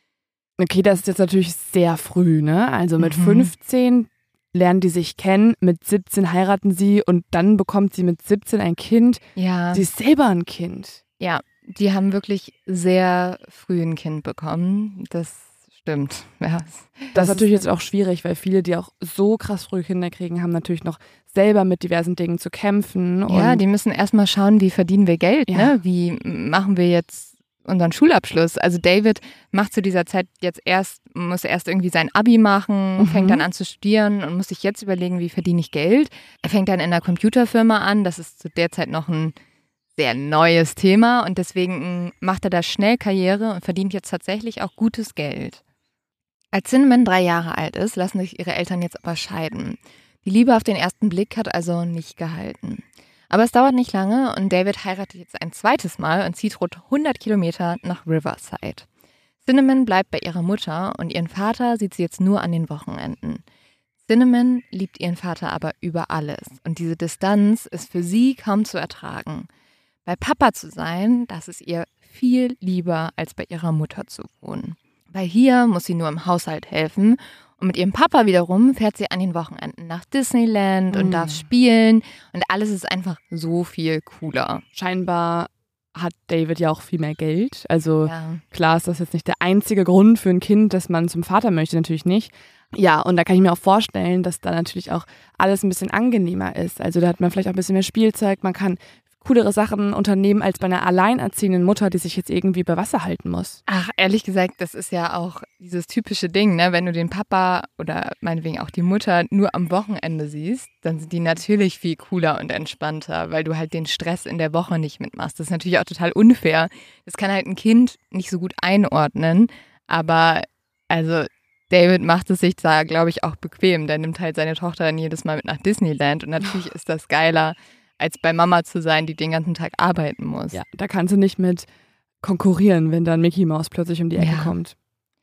Speaker 2: Okay, das ist jetzt natürlich sehr früh, ne? Also mit 15 lernen die sich kennen, mit 17 heiraten sie und dann bekommt sie mit 17 ein Kind.
Speaker 1: Ja.
Speaker 2: Sie ist selber ein Kind.
Speaker 1: Ja, die haben wirklich sehr früh ein Kind bekommen. Das stimmt. Ja,
Speaker 2: das ist natürlich jetzt auch schwierig, weil viele, die auch so krass früh Kinder kriegen, haben natürlich noch selber mit diversen Dingen zu kämpfen.
Speaker 1: Ja, die müssen erstmal schauen, wie verdienen wir Geld, ne? Wie machen wir jetzt unseren Schulabschluss? Also David macht zu dieser Zeit muss erst irgendwie sein Abi machen, fängt dann an zu studieren und muss sich jetzt überlegen, wie verdiene ich Geld. Er fängt dann in einer Computerfirma an, das ist zu der Zeit noch ein sehr neues Thema und deswegen macht er da schnell Karriere und verdient jetzt tatsächlich auch gutes Geld. Als Cinnamon 3 Jahre alt ist, lassen sich ihre Eltern jetzt aber scheiden. Die Liebe auf den ersten Blick hat also nicht gehalten. Aber es dauert nicht lange und David heiratet jetzt ein zweites Mal und zieht rund 100 Kilometer nach Riverside. Cinnamon bleibt bei ihrer Mutter und ihren Vater sieht sie jetzt nur an den Wochenenden. Cinnamon liebt ihren Vater aber über alles und diese Distanz ist für sie kaum zu ertragen. Bei Papa zu sein, das ist ihr viel lieber, als bei ihrer Mutter zu wohnen. Weil hier muss sie nur im Haushalt helfen und mit ihrem Papa wiederum fährt sie an den Wochenenden nach Disneyland und darf spielen und alles ist einfach so viel cooler.
Speaker 2: Scheinbar hat David ja auch viel mehr Geld. Also klar ist das jetzt nicht der einzige Grund für ein Kind, dass man zum Vater möchte, natürlich nicht. Ja, und da kann ich mir auch vorstellen, dass da natürlich auch alles ein bisschen angenehmer ist. Also da hat man vielleicht auch ein bisschen mehr Spielzeug, man kann coolere Sachen unternehmen als bei einer alleinerziehenden Mutter, die sich jetzt irgendwie bei Wasser halten muss.
Speaker 1: Ach, ehrlich gesagt, das ist ja auch dieses typische Ding, ne? Wenn du den Papa oder meinetwegen auch die Mutter nur am Wochenende siehst, dann sind die natürlich viel cooler und entspannter, weil du halt den Stress in der Woche nicht mitmachst. Das ist natürlich auch total unfair. Das kann halt ein Kind nicht so gut einordnen, aber also David macht es sich da, glaube ich, auch bequem. Der nimmt halt seine Tochter dann jedes Mal mit nach Disneyland und natürlich ist das geiler, als bei Mama zu sein, die den ganzen Tag arbeiten muss.
Speaker 2: Ja, da kannst du nicht mit konkurrieren, wenn dann Mickey Mouse plötzlich um die Ecke kommt.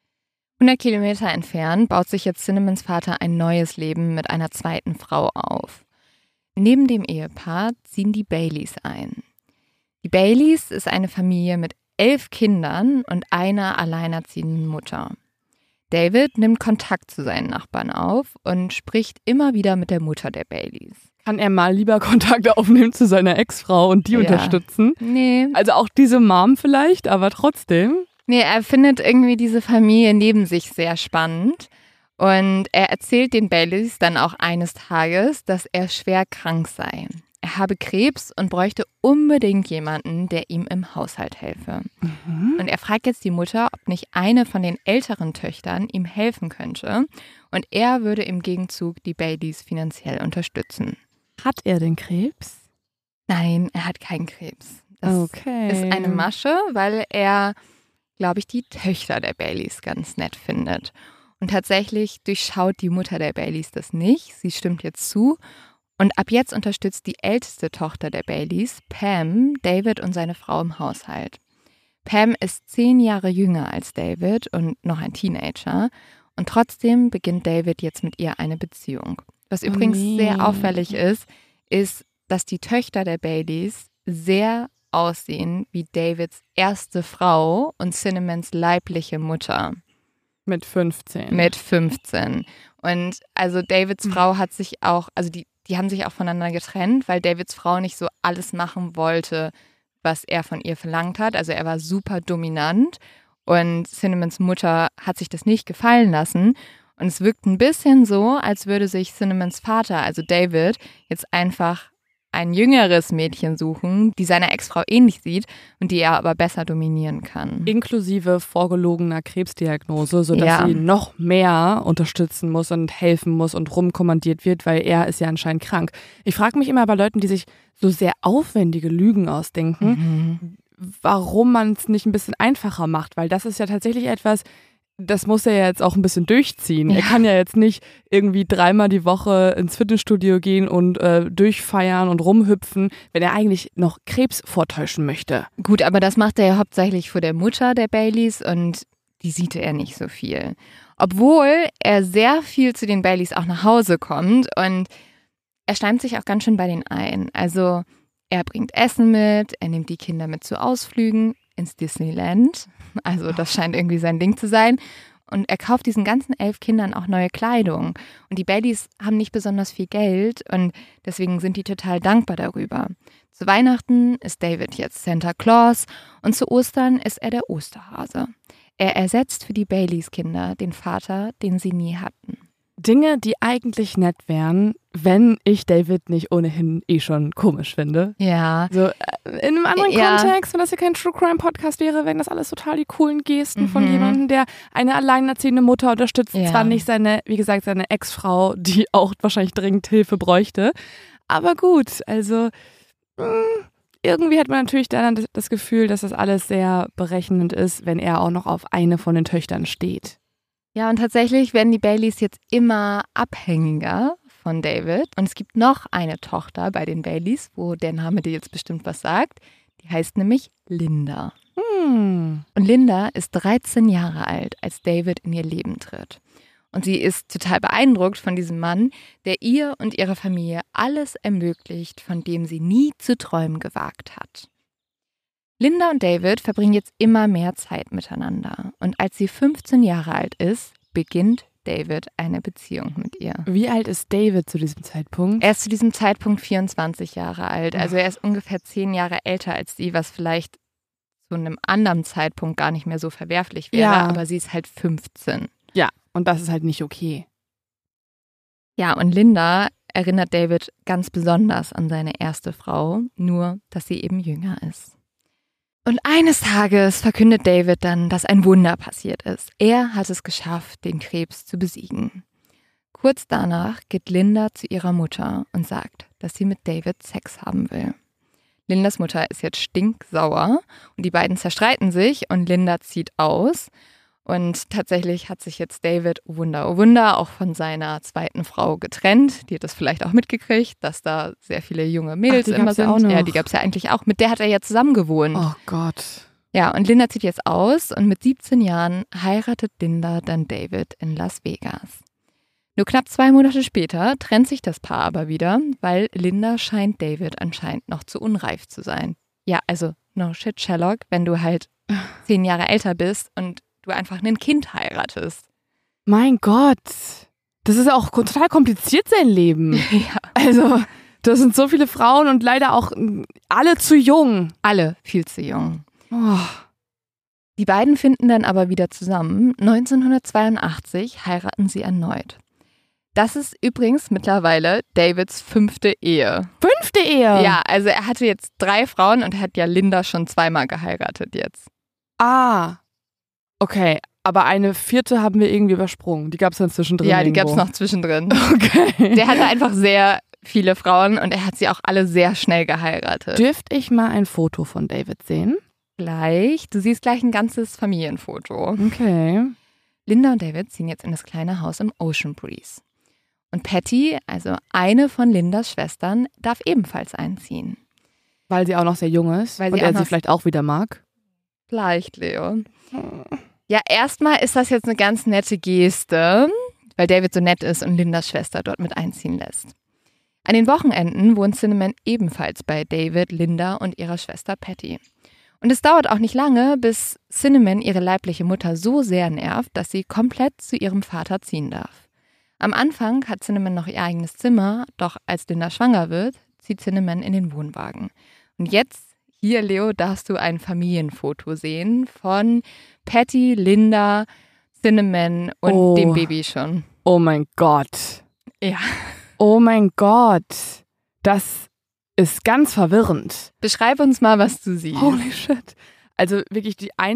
Speaker 1: 100 Kilometer entfernt baut sich jetzt Cinnamons Vater ein neues Leben mit einer zweiten Frau auf. Neben dem Ehepaar ziehen die Baileys ein. Die Baileys ist eine Familie mit 11 Kindern und einer alleinerziehenden Mutter. David nimmt Kontakt zu seinen Nachbarn auf und spricht immer wieder mit der Mutter der Baileys.
Speaker 2: Kann er mal lieber Kontakt aufnehmen zu seiner Ex-Frau und die unterstützen?
Speaker 1: Nee.
Speaker 2: Also auch diese Mom vielleicht, aber trotzdem.
Speaker 1: Nee, er findet irgendwie diese Familie neben sich sehr spannend. Und er erzählt den Baileys dann auch eines Tages, dass er schwer krank sei. Er habe Krebs und bräuchte unbedingt jemanden, der ihm im Haushalt helfe. Und er fragt jetzt die Mutter, ob nicht eine von den älteren Töchtern ihm helfen könnte. Und er würde im Gegenzug die Baileys finanziell unterstützen.
Speaker 2: Hat er den Krebs?
Speaker 1: Nein, er hat keinen Krebs. Das ist eine Masche, weil er, glaube ich, die Töchter der Baileys ganz nett findet. Und tatsächlich durchschaut die Mutter der Baileys das nicht. Sie stimmt jetzt zu. Und ab jetzt unterstützt die älteste Tochter der Baileys, Pam, David und seine Frau im Haushalt. Pam ist 10 Jahre jünger als David und noch ein Teenager. Und trotzdem beginnt David jetzt mit ihr eine Beziehung. Was übrigens sehr auffällig ist, dass die Töchter der Baileys sehr aussehen wie Davids erste Frau und Cinnamons leibliche Mutter.
Speaker 2: Mit 15.
Speaker 1: Mit 15. Und also Davids Frau hat sich auch, also die haben sich auch voneinander getrennt, weil Davids Frau nicht so alles machen wollte, was er von ihr verlangt hat. Also er war super dominant und Cinnamons Mutter hat sich das nicht gefallen lassen. Und es wirkt ein bisschen so, als würde sich Cinnamons Vater, also David, jetzt einfach ein jüngeres Mädchen suchen, die seiner Ex-Frau ähnlich sieht und die er aber besser dominieren kann.
Speaker 2: Inklusive vorgelogener Krebsdiagnose, sodass sie noch mehr unterstützen muss und helfen muss und rumkommandiert wird, weil er ist ja anscheinend krank. Ich frage mich immer bei Leuten, die sich so sehr aufwendige Lügen ausdenken, warum man es nicht ein bisschen einfacher macht, weil das ist ja tatsächlich etwas, das muss er ja jetzt auch ein bisschen durchziehen. Er kann ja jetzt nicht irgendwie 3-mal die Woche ins Fitnessstudio gehen und durchfeiern und rumhüpfen, wenn er eigentlich noch Krebs vortäuschen möchte.
Speaker 1: Gut, aber das macht er ja hauptsächlich vor der Mutter der Baileys und die sieht er nicht so viel. Obwohl er sehr viel zu den Baileys auch nach Hause kommt und er schleimt sich auch ganz schön bei denen ein. Also er bringt Essen mit, er nimmt die Kinder mit zu Ausflügen ins Disneyland. Also das scheint irgendwie sein Ding zu sein. Und er kauft diesen ganzen 11 Kindern auch neue Kleidung. Und die Baileys haben nicht besonders viel Geld und deswegen sind die total dankbar darüber. Zu Weihnachten ist David jetzt Santa Claus und zu Ostern ist er der Osterhase. Er ersetzt für die Baileys-Kinder den Vater, den sie nie hatten.
Speaker 2: Dinge, die eigentlich nett wären, wenn ich David nicht ohnehin schon komisch finde.
Speaker 1: Ja.
Speaker 2: So in einem anderen Kontext, wenn das hier kein True Crime Podcast wäre, wären das alles total die coolen Gesten von jemandem, der eine alleinerziehende Mutter unterstützt. Zwar nicht seine Ex-Frau, die auch wahrscheinlich dringend Hilfe bräuchte. Aber gut, also irgendwie hat man natürlich dann das Gefühl, dass das alles sehr berechnend ist, wenn er auch noch auf eine von den Töchtern steht.
Speaker 1: Ja, und tatsächlich werden die Baileys jetzt immer abhängiger von David. Und es gibt noch eine Tochter bei den Baileys, wo der Name dir jetzt bestimmt was sagt. Die heißt nämlich Linda. Und Linda ist 13 Jahre alt, als David in ihr Leben tritt. Und sie ist total beeindruckt von diesem Mann, der ihr und ihrer Familie alles ermöglicht, von dem sie nie zu träumen gewagt hat. Linda und David verbringen jetzt immer mehr Zeit miteinander. Und als sie 15 Jahre alt ist, beginnt David eine Beziehung mit ihr.
Speaker 2: Wie alt ist David zu diesem Zeitpunkt?
Speaker 1: Er ist zu diesem Zeitpunkt 24 Jahre alt. Also er ist ungefähr 10 Jahre älter als sie, was vielleicht zu einem anderen Zeitpunkt gar nicht mehr so verwerflich wäre.
Speaker 2: Ja.
Speaker 1: Aber sie ist halt 15.
Speaker 2: Ja, und das ist halt nicht okay.
Speaker 1: Ja, und Linda erinnert David ganz besonders an seine erste Frau, nur dass sie eben jünger ist. Und eines Tages verkündet David dann, dass ein Wunder passiert ist. Er hat es geschafft, den Krebs zu besiegen. Kurz danach geht Linda zu ihrer Mutter und sagt, dass sie mit David Sex haben will. Lindas Mutter ist jetzt stinksauer und die beiden zerstreiten sich und Linda zieht aus. Und tatsächlich hat sich jetzt David, oh Wunder, auch von seiner zweiten Frau getrennt. Die hat das vielleicht auch mitgekriegt, dass da sehr viele junge Mädels immer sind. Ja, die gab es ja eigentlich auch. Mit der hat er ja zusammen gewohnt.
Speaker 2: Oh Gott.
Speaker 1: Ja, und Linda zieht jetzt aus und mit 17 Jahren heiratet Linda dann David in Las Vegas. Nur knapp 2 Monate später trennt sich das Paar aber wieder, weil Linda scheint David anscheinend noch zu unreif zu sein. Ja, also no shit, Sherlock, wenn du halt 10 Jahre älter bist und du einfach ein Kind heiratest.
Speaker 2: Mein Gott, das ist ja auch total kompliziert, sein Leben.
Speaker 1: Ja.
Speaker 2: Also, das sind so viele Frauen und leider auch alle zu jung.
Speaker 1: Alle viel zu jung.
Speaker 2: Oh.
Speaker 1: Die beiden finden dann aber wieder zusammen. 1982 heiraten sie erneut. Das ist übrigens mittlerweile Davids 5. Ehe.
Speaker 2: 5. Ehe?
Speaker 1: Ja, also er hatte jetzt 3 Frauen und er hat ja Linda schon 2-mal geheiratet jetzt.
Speaker 2: Ah, okay, aber eine 4. haben wir irgendwie übersprungen. Die gab es dann zwischendrin.
Speaker 1: Ja, die gab es noch zwischendrin.
Speaker 2: Okay.
Speaker 1: Der hatte einfach sehr viele Frauen und er hat sie auch alle sehr schnell geheiratet.
Speaker 2: Dürfte ich mal ein Foto von David sehen?
Speaker 1: Gleich. Du siehst gleich ein ganzes Familienfoto.
Speaker 2: Okay.
Speaker 1: Linda und David ziehen jetzt in das kleine Haus im Ocean Breeze. Und Patty, also eine von Lindas Schwestern, darf ebenfalls einziehen.
Speaker 2: Weil sie auch noch sehr jung ist
Speaker 1: Weil
Speaker 2: und
Speaker 1: sie
Speaker 2: er sie vielleicht auch wieder mag.
Speaker 1: Vielleicht, Leo. Ja, erstmal ist das jetzt eine ganz nette Geste, weil David so nett ist und Lindas Schwester dort mit einziehen lässt. An den Wochenenden wohnt Cinnamon ebenfalls bei David, Linda und ihrer Schwester Patty. Und es dauert auch nicht lange, bis Cinnamon ihre leibliche Mutter so sehr nervt, dass sie komplett zu ihrem Vater ziehen darf. Am Anfang hat Cinnamon noch ihr eigenes Zimmer, doch als Linda schwanger wird, zieht Cinnamon in den Wohnwagen. Und jetzt, hier Leo, darfst du ein Familienfoto sehen von Patty, Linda, Cinnamon und dem Baby schon.
Speaker 2: Oh mein Gott.
Speaker 1: Ja.
Speaker 2: Oh mein Gott. Das ist ganz verwirrend.
Speaker 1: Beschreib uns mal, was du siehst.
Speaker 2: Holy shit. Also wirklich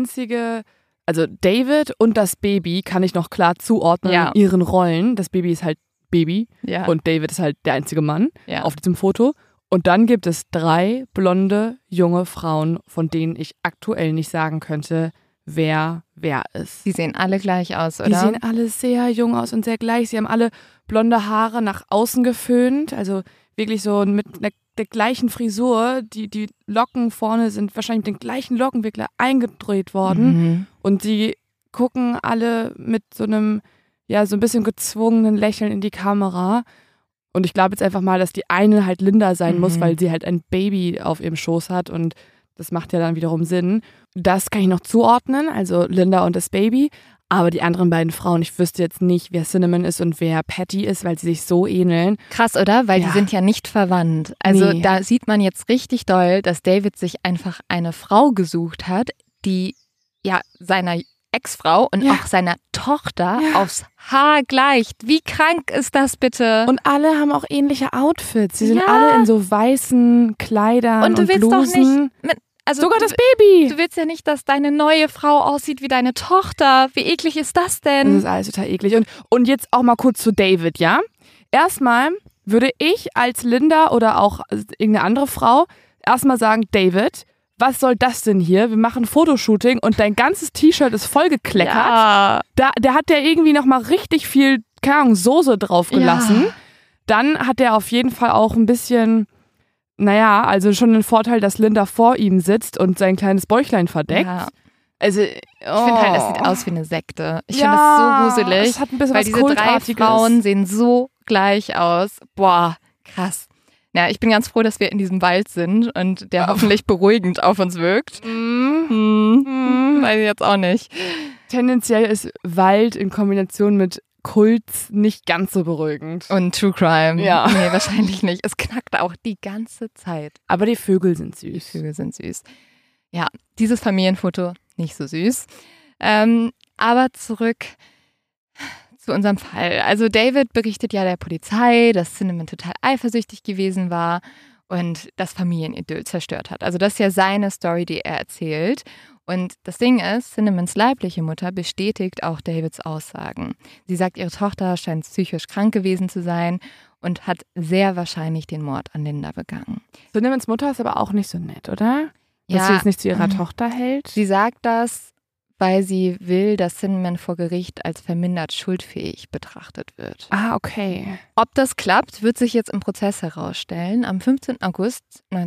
Speaker 2: also David und das Baby kann ich noch klar zuordnen in ihren Rollen. Das Baby ist halt Baby und David ist halt der einzige Mann auf diesem Foto. Und dann gibt es 3 blonde, junge Frauen, von denen ich aktuell nicht sagen könnte, wer ist.
Speaker 1: Die sehen alle gleich aus, oder?
Speaker 2: Die sehen alle sehr jung aus und sehr gleich. Sie haben alle blonde Haare nach außen geföhnt, also wirklich so mit der gleichen Frisur. Die Locken vorne sind wahrscheinlich mit dem gleichen Lockenwickler eingedreht worden. Und sie gucken alle mit so einem, so ein bisschen gezwungenen Lächeln in die Kamera. Und ich glaube jetzt einfach mal, dass die eine halt Linda sein muss, weil sie halt ein Baby auf ihrem Schoß hat und das macht ja dann wiederum Sinn. Das kann ich noch zuordnen, also Linda und das Baby. Aber die anderen beiden Frauen, ich wüsste jetzt nicht, wer Cinnamon ist und wer Patty ist, weil sie sich so ähneln.
Speaker 1: Krass, oder? Weil die sind ja nicht verwandt. Also da sieht man jetzt richtig doll, dass David sich einfach eine Frau gesucht hat, die seiner Ex-Frau und auch seiner Tochter aufs Haar gleicht. Wie krank ist das bitte?
Speaker 2: Und alle haben auch ähnliche Outfits. Sie sind alle in so weißen Kleidern und
Speaker 1: willst
Speaker 2: Blusen.
Speaker 1: Doch nicht...
Speaker 2: Sogar das Baby.
Speaker 1: Du willst ja nicht, dass deine neue Frau aussieht wie deine Tochter. Wie eklig ist das denn?
Speaker 2: Das ist alles total eklig. Und jetzt auch mal kurz zu David, ja? Erstmal würde ich als Linda oder auch irgendeine andere Frau erstmal sagen, David, was soll das denn hier? Wir machen ein Fotoshooting und dein ganzes T-Shirt ist vollgekleckert.
Speaker 1: Ja.
Speaker 2: Der hat ja irgendwie nochmal richtig viel, keine Ahnung, Soße drauf gelassen.
Speaker 1: Ja.
Speaker 2: Dann hat er auf jeden Fall auch ein bisschen... also schon den Vorteil, dass Linda vor ihm sitzt und sein kleines Bäuchlein verdeckt. Ja. Also,
Speaker 1: Ich finde halt, es sieht aus wie eine Sekte. Ich finde das so gruselig,
Speaker 2: es hat ein bisschen
Speaker 1: weil
Speaker 2: was
Speaker 1: diese 3
Speaker 2: Kultartiges.
Speaker 1: Frauen sehen so gleich aus. Boah, krass. Ja, ich bin ganz froh, dass wir in diesem Wald sind und der hoffentlich beruhigend auf uns wirkt. Weiß ich jetzt auch nicht.
Speaker 2: Tendenziell ist Wald in Kombination mit Kults nicht ganz so beruhigend.
Speaker 1: Und True Crime.
Speaker 2: Ja.
Speaker 1: Nee, wahrscheinlich nicht. Es knackt auch die ganze Zeit.
Speaker 2: Aber die Vögel sind süß.
Speaker 1: Die Vögel sind süß. Ja, dieses Familienfoto nicht so süß. Aber zurück zu unserem Fall. Also David berichtet ja der Polizei, dass Cinnamon total eifersüchtig gewesen war und das Familienidyll zerstört hat. Also das ist ja seine Story, die er erzählt. Und das Ding ist, Cinnamons leibliche Mutter bestätigt auch Davids Aussagen. Sie sagt, ihre Tochter scheint psychisch krank gewesen zu sein und hat sehr wahrscheinlich den Mord an Linda begangen.
Speaker 2: Cinnamons Mutter ist aber auch nicht so nett, oder? Dass sie es nicht zu ihrer Tochter hält?
Speaker 1: Sie sagt das, weil sie will, dass Cinnamon vor Gericht als vermindert schuldfähig betrachtet wird.
Speaker 2: Ah, okay.
Speaker 1: Ob das klappt, wird sich jetzt im Prozess herausstellen. Am 15. August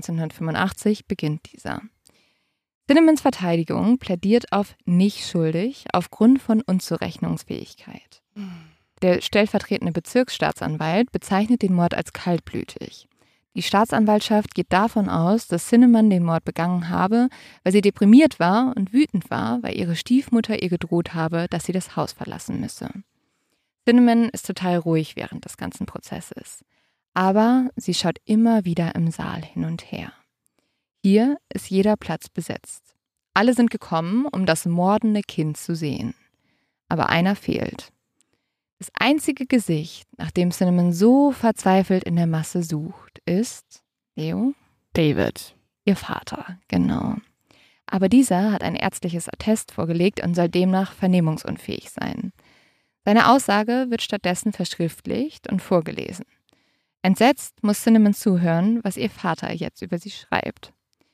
Speaker 1: 1985 beginnt dieser. Cinnamons Verteidigung plädiert auf nicht schuldig aufgrund von Unzurechnungsfähigkeit. Der stellvertretende Bezirksstaatsanwalt bezeichnet den Mord als kaltblütig. Die Staatsanwaltschaft geht davon aus, dass Cinnamon den Mord begangen habe, weil sie deprimiert war und wütend war, weil ihre Stiefmutter ihr gedroht habe, dass sie das Haus verlassen müsse. Cinnamon ist total ruhig während des ganzen Prozesses. Aber sie schaut immer wieder im Saal hin und her. Hier ist jeder Platz besetzt. Alle sind gekommen, um das mordende Kind zu sehen. Aber einer fehlt. Das einzige Gesicht, nach dem Cinnamon so verzweifelt in der Masse sucht, ist Leo?
Speaker 2: David.
Speaker 1: Ihr Vater, genau. Aber dieser hat ein ärztliches Attest vorgelegt und soll demnach vernehmungsunfähig sein. Seine Aussage wird stattdessen verschriftlicht und vorgelesen. Entsetzt muss Cinnamon zuhören, was ihr Vater jetzt über sie schreibt.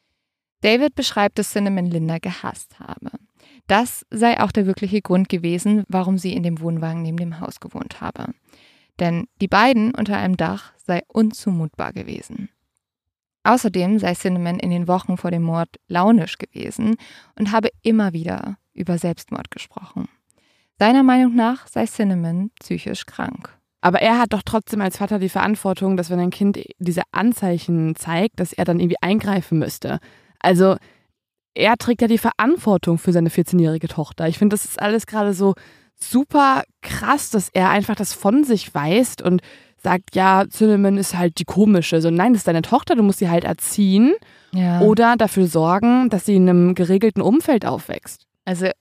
Speaker 1: David beschreibt, dass Cinnamon Linda gehasst habe. Das sei auch der wirkliche Grund gewesen, warum sie in dem Wohnwagen neben dem Haus gewohnt habe. Denn die beiden unter einem Dach sei unzumutbar gewesen. Außerdem sei Cinnamon in den Wochen vor dem Mord launisch gewesen und habe immer wieder über Selbstmord gesprochen. Seiner Meinung nach sei Cinnamon psychisch krank.
Speaker 2: Aber er hat doch trotzdem als Vater die Verantwortung, dass wenn ein Kind diese Anzeichen zeigt, dass er dann irgendwie eingreifen müsste. Also er trägt ja die Verantwortung für seine 14-jährige Tochter. Ich finde, das ist alles gerade so super krass, dass er einfach das von sich weist und sagt, ja, Cinnamon ist halt die komische. So, nein, das ist deine Tochter, du musst sie halt erziehen oder dafür sorgen, dass sie in einem geregelten Umfeld aufwächst.
Speaker 1: Also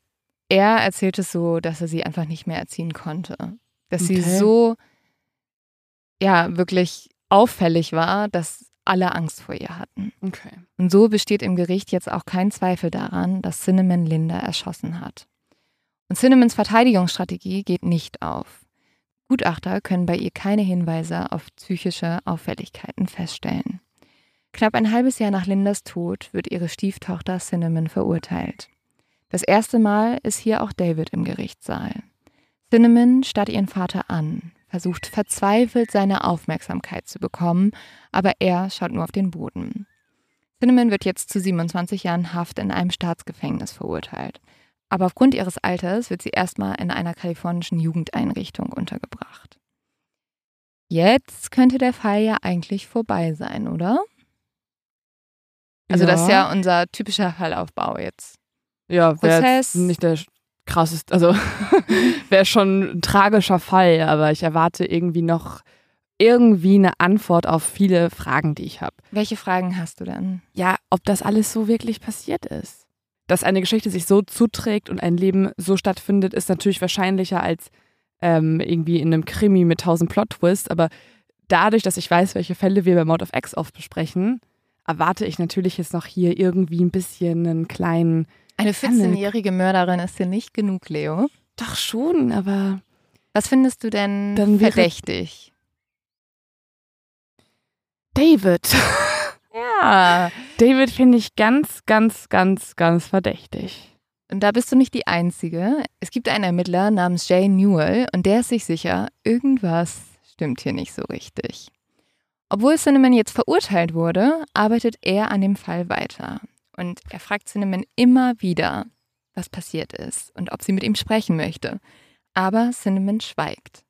Speaker 1: er erzählt es so, dass er sie einfach nicht mehr erziehen konnte. Dass sie
Speaker 2: Okay.
Speaker 1: so, ja, wirklich auffällig war, dass alle Angst vor ihr hatten.
Speaker 2: Okay.
Speaker 1: Und so besteht im Gericht jetzt auch kein Zweifel daran, dass Cinnamon Linda erschossen hat. Und Cinnamons Verteidigungsstrategie geht nicht auf. Gutachter können bei ihr keine Hinweise auf psychische Auffälligkeiten feststellen. Knapp ein halbes Jahr nach Lindas Tod wird ihre Stieftochter Cinnamon verurteilt. Das erste Mal ist hier auch David im Gerichtssaal. Cinnamon starrt ihren Vater an, versucht verzweifelt seine Aufmerksamkeit zu bekommen, aber er schaut nur auf den Boden. Cinnamon wird jetzt zu 27 Jahren Haft in einem Staatsgefängnis verurteilt. Aber aufgrund ihres Alters wird sie erstmal in einer kalifornischen Jugendeinrichtung untergebracht. Jetzt könnte der Fall ja eigentlich vorbei sein, oder? Also das ist ja unser typischer Fallaufbau jetzt.
Speaker 2: Ja, wäre
Speaker 1: Prozess.
Speaker 2: nicht der krasseste, also wäre schon ein tragischer Fall, aber ich erwarte irgendwie eine Antwort auf viele Fragen, die ich habe.
Speaker 1: Welche Fragen hast du denn?
Speaker 2: Ja, ob das alles so wirklich passiert ist. Dass eine Geschichte sich so zuträgt und ein Leben so stattfindet, ist natürlich wahrscheinlicher als irgendwie in einem Krimi mit 1000 Plot-Twists, aber dadurch, dass ich weiß, welche Fälle wir bei Mord of X oft besprechen, erwarte ich natürlich jetzt noch hier irgendwie ein bisschen einen kleinen...
Speaker 1: Eine 14-jährige Mörderin ist dir nicht genug, Leo.
Speaker 2: Doch schon, aber...
Speaker 1: Was findest du denn
Speaker 2: Dann wäre-
Speaker 1: verdächtig?
Speaker 2: David.
Speaker 1: Ja.
Speaker 2: David finde ich ganz, ganz, ganz, ganz verdächtig.
Speaker 1: Und da bist du nicht die Einzige. Es gibt einen Ermittler namens Jay Newell und der ist sich sicher, irgendwas stimmt hier nicht so richtig. Obwohl Cinnamon jetzt verurteilt wurde, arbeitet er an dem Fall weiter. Und er fragt Cinnamon immer wieder, was passiert ist und ob sie mit ihm sprechen möchte. Aber Cinnamon schweigt.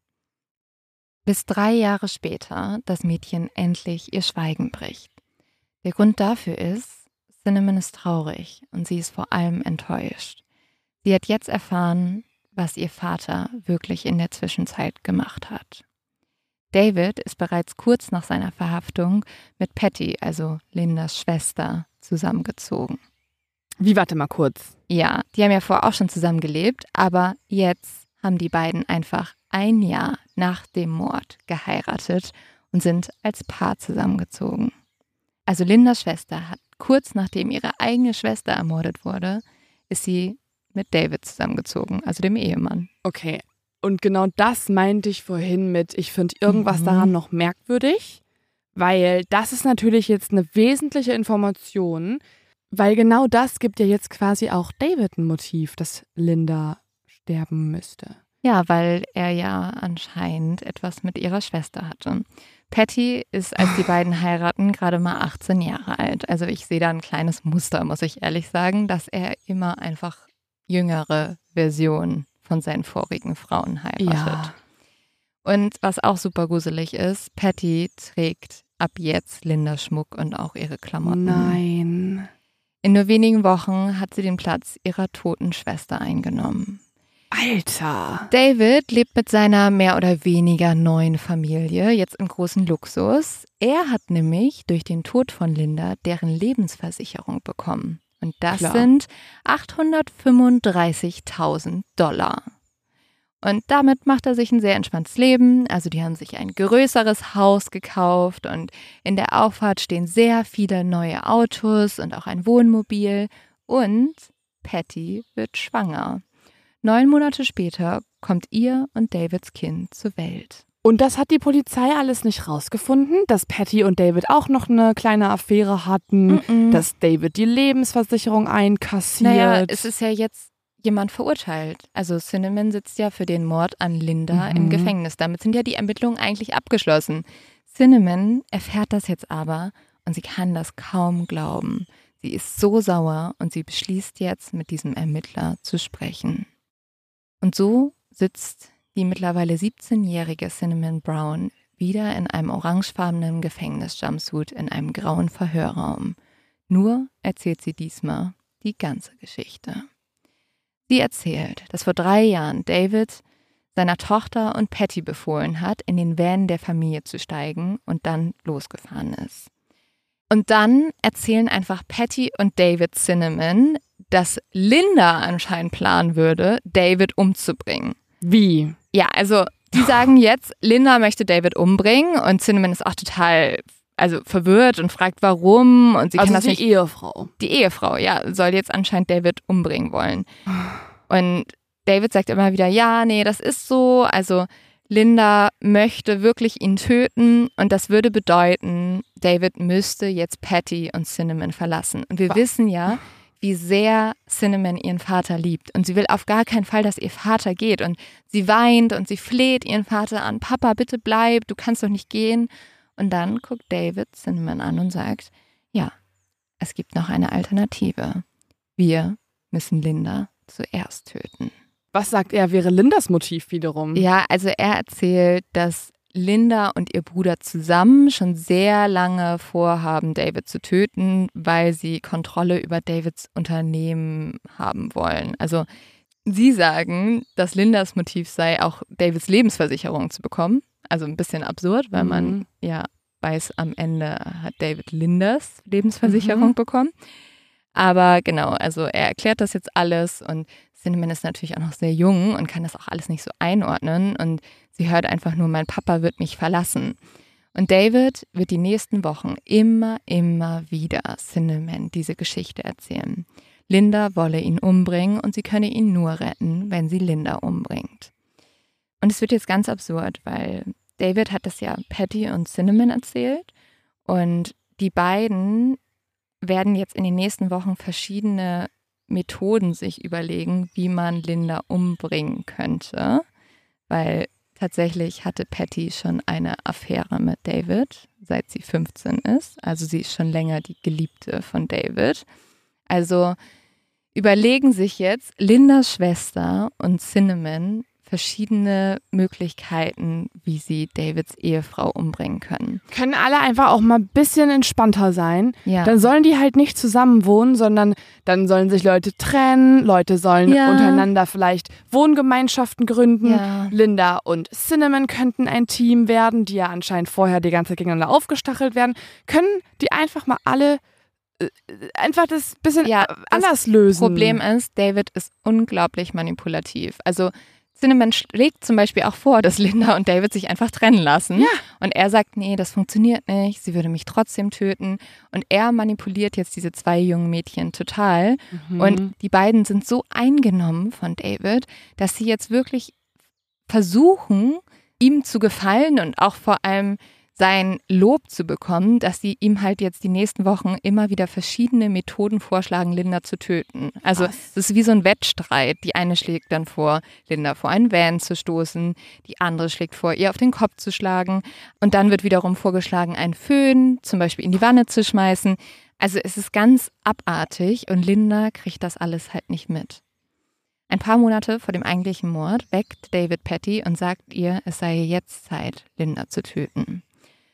Speaker 1: Bis 3 Jahre später das Mädchen endlich ihr Schweigen bricht. Der Grund dafür ist, Cinnamon ist traurig und sie ist vor allem enttäuscht. Sie hat jetzt erfahren, was ihr Vater wirklich in der Zwischenzeit gemacht hat. David ist bereits kurz nach seiner Verhaftung mit Patty, also Lindas Schwester, zusammengezogen.
Speaker 2: Wie, warte mal kurz.
Speaker 1: Ja, die haben ja vorher auch schon zusammengelebt, aber jetzt haben die beiden einfach 1 Jahr nach dem Mord geheiratet und sind als Paar zusammengezogen. Also Lindas Schwester hat kurz nachdem ihre eigene Schwester ermordet wurde, ist sie mit David zusammengezogen, also dem Ehemann.
Speaker 2: Okay, und genau das meinte ich vorhin mit, ich finde irgendwas daran noch merkwürdig, weil das ist natürlich jetzt eine wesentliche Information, weil genau das gibt ja jetzt quasi auch David ein Motiv, dass Linda sterben müsste.
Speaker 1: Ja, weil er ja anscheinend etwas mit ihrer Schwester hatte. Patty ist, als die beiden heiraten, gerade mal 18 Jahre alt. Also ich sehe da ein kleines Muster, muss ich ehrlich sagen, dass er immer einfach jüngere Versionen von seinen vorigen Frauen heiratet.
Speaker 2: Ja.
Speaker 1: Und was auch super gruselig ist, Patty trägt ab jetzt Lindas Schmuck und auch ihre Klamotten.
Speaker 2: Nein.
Speaker 1: In nur wenigen Wochen hat sie den Platz ihrer toten Schwester eingenommen.
Speaker 2: Alter.
Speaker 1: David lebt mit seiner mehr oder weniger neuen Familie jetzt in großen Luxus. Er hat nämlich durch den Tod von Linda deren Lebensversicherung bekommen. Und das
Speaker 2: Klar.
Speaker 1: sind $835.000. Und damit macht er sich ein sehr entspanntes Leben. Also die haben sich ein größeres Haus gekauft und in der Auffahrt stehen sehr viele neue Autos und auch ein Wohnmobil. Und Patty wird schwanger. 9 Monate später kommt ihr und Davids Kind zur Welt.
Speaker 2: Und das hat die Polizei alles nicht rausgefunden, dass Patty und David auch noch eine kleine Affäre hatten, dass David die Lebensversicherung einkassiert.
Speaker 1: Naja, es ist ja jetzt jemand verurteilt. Also Cinnamon sitzt ja für den Mord an Linda im Gefängnis. Damit sind ja die Ermittlungen eigentlich abgeschlossen. Cinnamon erfährt das jetzt aber und sie kann das kaum glauben. Sie ist so sauer und sie beschließt jetzt, mit diesem Ermittler zu sprechen. Und so sitzt die mittlerweile 17-jährige Cinnamon Brown wieder in einem orangefarbenen Gefängnis-Jumpsuit in einem grauen Verhörraum. Nur erzählt sie diesmal die ganze Geschichte. Sie erzählt, dass vor 3 Jahren David seiner Tochter und Patty befohlen hat, in den Van der Familie zu steigen und dann losgefahren ist. Und dann erzählen einfach Patty und David Cinnamon, dass Linda anscheinend planen würde, David umzubringen.
Speaker 2: Wie?
Speaker 1: Ja, also die sagen jetzt, Linda möchte David umbringen und Cinnamon ist auch total verwirrt und fragt, warum. Und sie kann das
Speaker 2: die
Speaker 1: nicht.
Speaker 2: Ehefrau.
Speaker 1: Die Ehefrau, ja, soll jetzt anscheinend David umbringen wollen. Und David sagt immer wieder, ja, nee, das ist so. Also Linda möchte wirklich ihn töten und das würde bedeuten, David müsste jetzt Patty und Cinnamon verlassen. Und wir wissen ja, wie sehr Cinnamon ihren Vater liebt. Und sie will auf gar keinen Fall, dass ihr Vater geht. Und sie weint und sie fleht ihren Vater an, Papa, bitte bleib, du kannst doch nicht gehen. Und dann guckt David Cinnamon an und sagt, ja, es gibt noch eine Alternative. Wir müssen Linda zuerst töten.
Speaker 2: Was sagt er, wäre Lindas Motiv wiederum?
Speaker 1: Ja, also er erzählt, dass Linda und ihr Bruder zusammen schon sehr lange vorhaben, David zu töten, weil sie Kontrolle über Davids Unternehmen haben wollen. Also sie sagen, dass Lindas Motiv sei, auch Davids Lebensversicherung zu bekommen. Also ein bisschen absurd, weil man ja weiß, am Ende hat David Lindas Lebensversicherung bekommen. Aber genau, also er erklärt das jetzt alles und Cinnamon ist natürlich auch noch sehr jung und kann das auch alles nicht so einordnen und sie hört einfach nur, mein Papa wird mich verlassen. Und David wird die nächsten Wochen immer wieder Cinnamon diese Geschichte erzählen. Linda wolle ihn umbringen und sie könne ihn nur retten, wenn sie Linda umbringt. Und es wird jetzt ganz absurd, weil David hat das ja Patty und Cinnamon erzählt und die beiden werden jetzt in den nächsten Wochen verschiedene Methoden sich überlegen, wie man Linda umbringen könnte, weil tatsächlich hatte Patty schon eine Affäre mit David, seit sie 15 ist, also sie ist schon länger die Geliebte von David. Also überlegen sich jetzt Lindas Schwester und Cinnamon verschiedene Möglichkeiten, wie sie Davids Ehefrau umbringen können.
Speaker 2: Können alle einfach auch mal ein bisschen entspannter sein.
Speaker 1: Ja.
Speaker 2: Dann sollen die halt nicht zusammen wohnen, sondern dann sollen sich Leute trennen, Leute sollen untereinander vielleicht Wohngemeinschaften gründen.
Speaker 1: Ja.
Speaker 2: Linda und Cinnamon könnten ein Team werden, die ja anscheinend vorher die ganze Zeit gegeneinander aufgestachelt werden. Können die einfach mal alle einfach das bisschen anders lösen?
Speaker 1: Das Problem ist, David ist unglaublich manipulativ. Also Cinnamon schlägt zum Beispiel auch vor, dass Linda und David sich einfach trennen lassen.
Speaker 2: Ja.
Speaker 1: Und er sagt, nee, das funktioniert nicht, sie würde mich trotzdem töten. Und er manipuliert jetzt diese zwei jungen Mädchen total. Und die beiden sind so eingenommen von David, dass sie jetzt wirklich versuchen, ihm zu gefallen und auch vor allem sein Lob zu bekommen, dass sie ihm halt jetzt die nächsten Wochen immer wieder verschiedene Methoden vorschlagen, Linda zu töten. Also es ist wie so ein Wettstreit. Die eine schlägt dann vor, Linda vor einen Van zu stoßen, die andere schlägt vor, ihr auf den Kopf zu schlagen und dann wird wiederum vorgeschlagen, einen Föhn zum Beispiel in die Wanne zu schmeißen. Also es ist ganz abartig und Linda kriegt das alles halt nicht mit. Ein paar Monate vor dem eigentlichen Mord weckt David Patty und sagt ihr, es sei jetzt Zeit, Linda zu töten.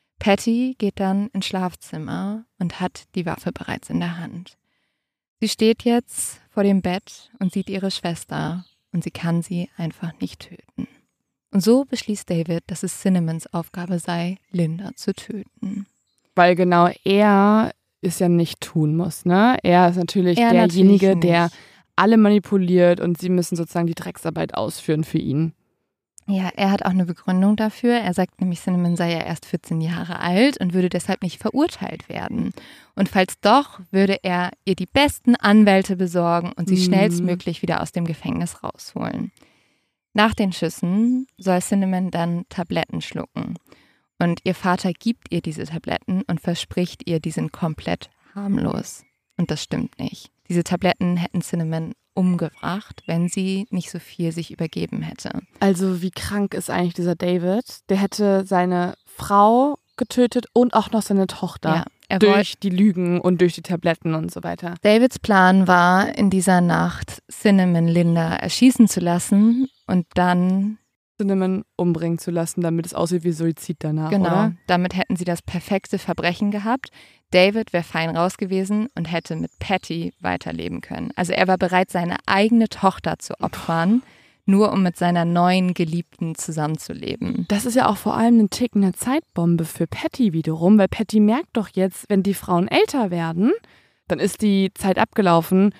Speaker 1: Patty geht dann ins Schlafzimmer und hat die Waffe bereits in der Hand. Sie steht jetzt vor dem Bett und sieht ihre Schwester und sie kann sie einfach nicht töten. Und so beschließt David, dass es Cinnamons Aufgabe sei, Linda zu töten.
Speaker 2: Weil genau er es ja nicht tun muss, ne? Er ist natürlich derjenige, der alle manipuliert und sie müssen sozusagen die Drecksarbeit ausführen für ihn.
Speaker 1: Ja, er hat auch eine Begründung dafür. Er sagt nämlich, Cinnamon sei ja erst 14 Jahre alt und würde deshalb nicht verurteilt werden. Und falls doch, würde er ihr die besten Anwälte besorgen und sie schnellstmöglich wieder aus dem Gefängnis rausholen. Nach den Schüssen soll Cinnamon dann Tabletten schlucken. Und ihr Vater gibt ihr diese Tabletten und verspricht ihr, die sind komplett harmlos. Und das stimmt nicht. Diese Tabletten hätten Cinnamon umgebracht, wenn sie nicht so viel sich übergeben hätte.
Speaker 2: Also wie krank ist eigentlich dieser David? Der hätte seine Frau getötet und auch noch seine Tochter.
Speaker 1: Ja,
Speaker 2: durch die Lügen und durch die Tabletten und so weiter.
Speaker 1: Davids Plan war, in dieser Nacht Cinnamon Linda erschießen zu lassen und dann
Speaker 2: Cinnamon umbringen zu lassen, damit es aussieht wie Suizid danach,
Speaker 1: genau,
Speaker 2: oder?
Speaker 1: Damit hätten sie das perfekte Verbrechen gehabt. David wäre fein raus gewesen und hätte mit Patty weiterleben können. Also er war bereit, seine eigene Tochter zu opfern, nur um mit seiner neuen Geliebten zusammenzuleben.
Speaker 2: Das ist ja auch vor allem eine tickende Zeitbombe für Patty wiederum, weil Patty merkt doch jetzt, wenn die Frauen älter werden, dann ist die Zeit abgelaufen.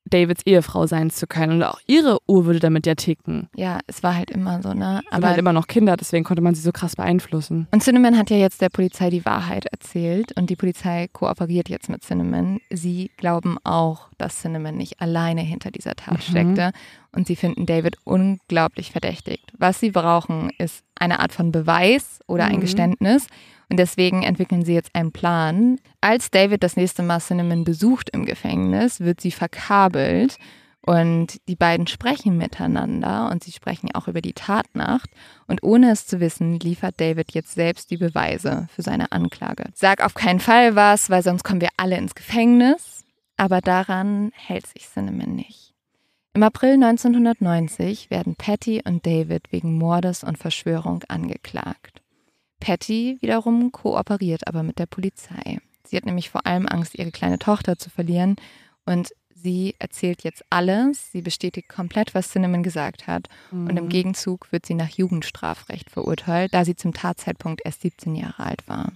Speaker 2: Davids Ehefrau sein zu können. Und auch ihre Uhr würde damit ja ticken.
Speaker 1: Ja, es war halt immer so, ne?
Speaker 2: Aber halt immer noch Kinder, deswegen konnte man sie so krass beeinflussen.
Speaker 1: Und Cinnamon hat ja jetzt der Polizei die Wahrheit erzählt und die Polizei kooperiert jetzt mit Cinnamon. Sie glauben auch, dass Cinnamon nicht alleine hinter dieser Tat steckte und sie finden David unglaublich verdächtigt. Was sie brauchen, ist eine Art von Beweis oder ein Geständnis und deswegen entwickeln sie jetzt einen Plan. Als David das nächste Mal Cinnamon besucht im Gefängnis, wird sie verkabelt. Und die beiden sprechen miteinander und sie sprechen auch über die Tatnacht. Und ohne es zu wissen, liefert David jetzt selbst die Beweise für seine Anklage. Sag auf keinen Fall was, weil sonst kommen wir alle ins Gefängnis. Aber daran hält sich Cinnamon nicht. Im April 1990 werden Patty und David wegen Mordes und Verschwörung angeklagt. Patty wiederum kooperiert aber mit der Polizei. Sie hat nämlich vor allem Angst, ihre kleine Tochter zu verlieren und sie erzählt jetzt alles, sie bestätigt komplett, was Cinnamon gesagt hat und im Gegenzug wird sie nach Jugendstrafrecht verurteilt, da sie zum Tatzeitpunkt erst 17 Jahre alt war.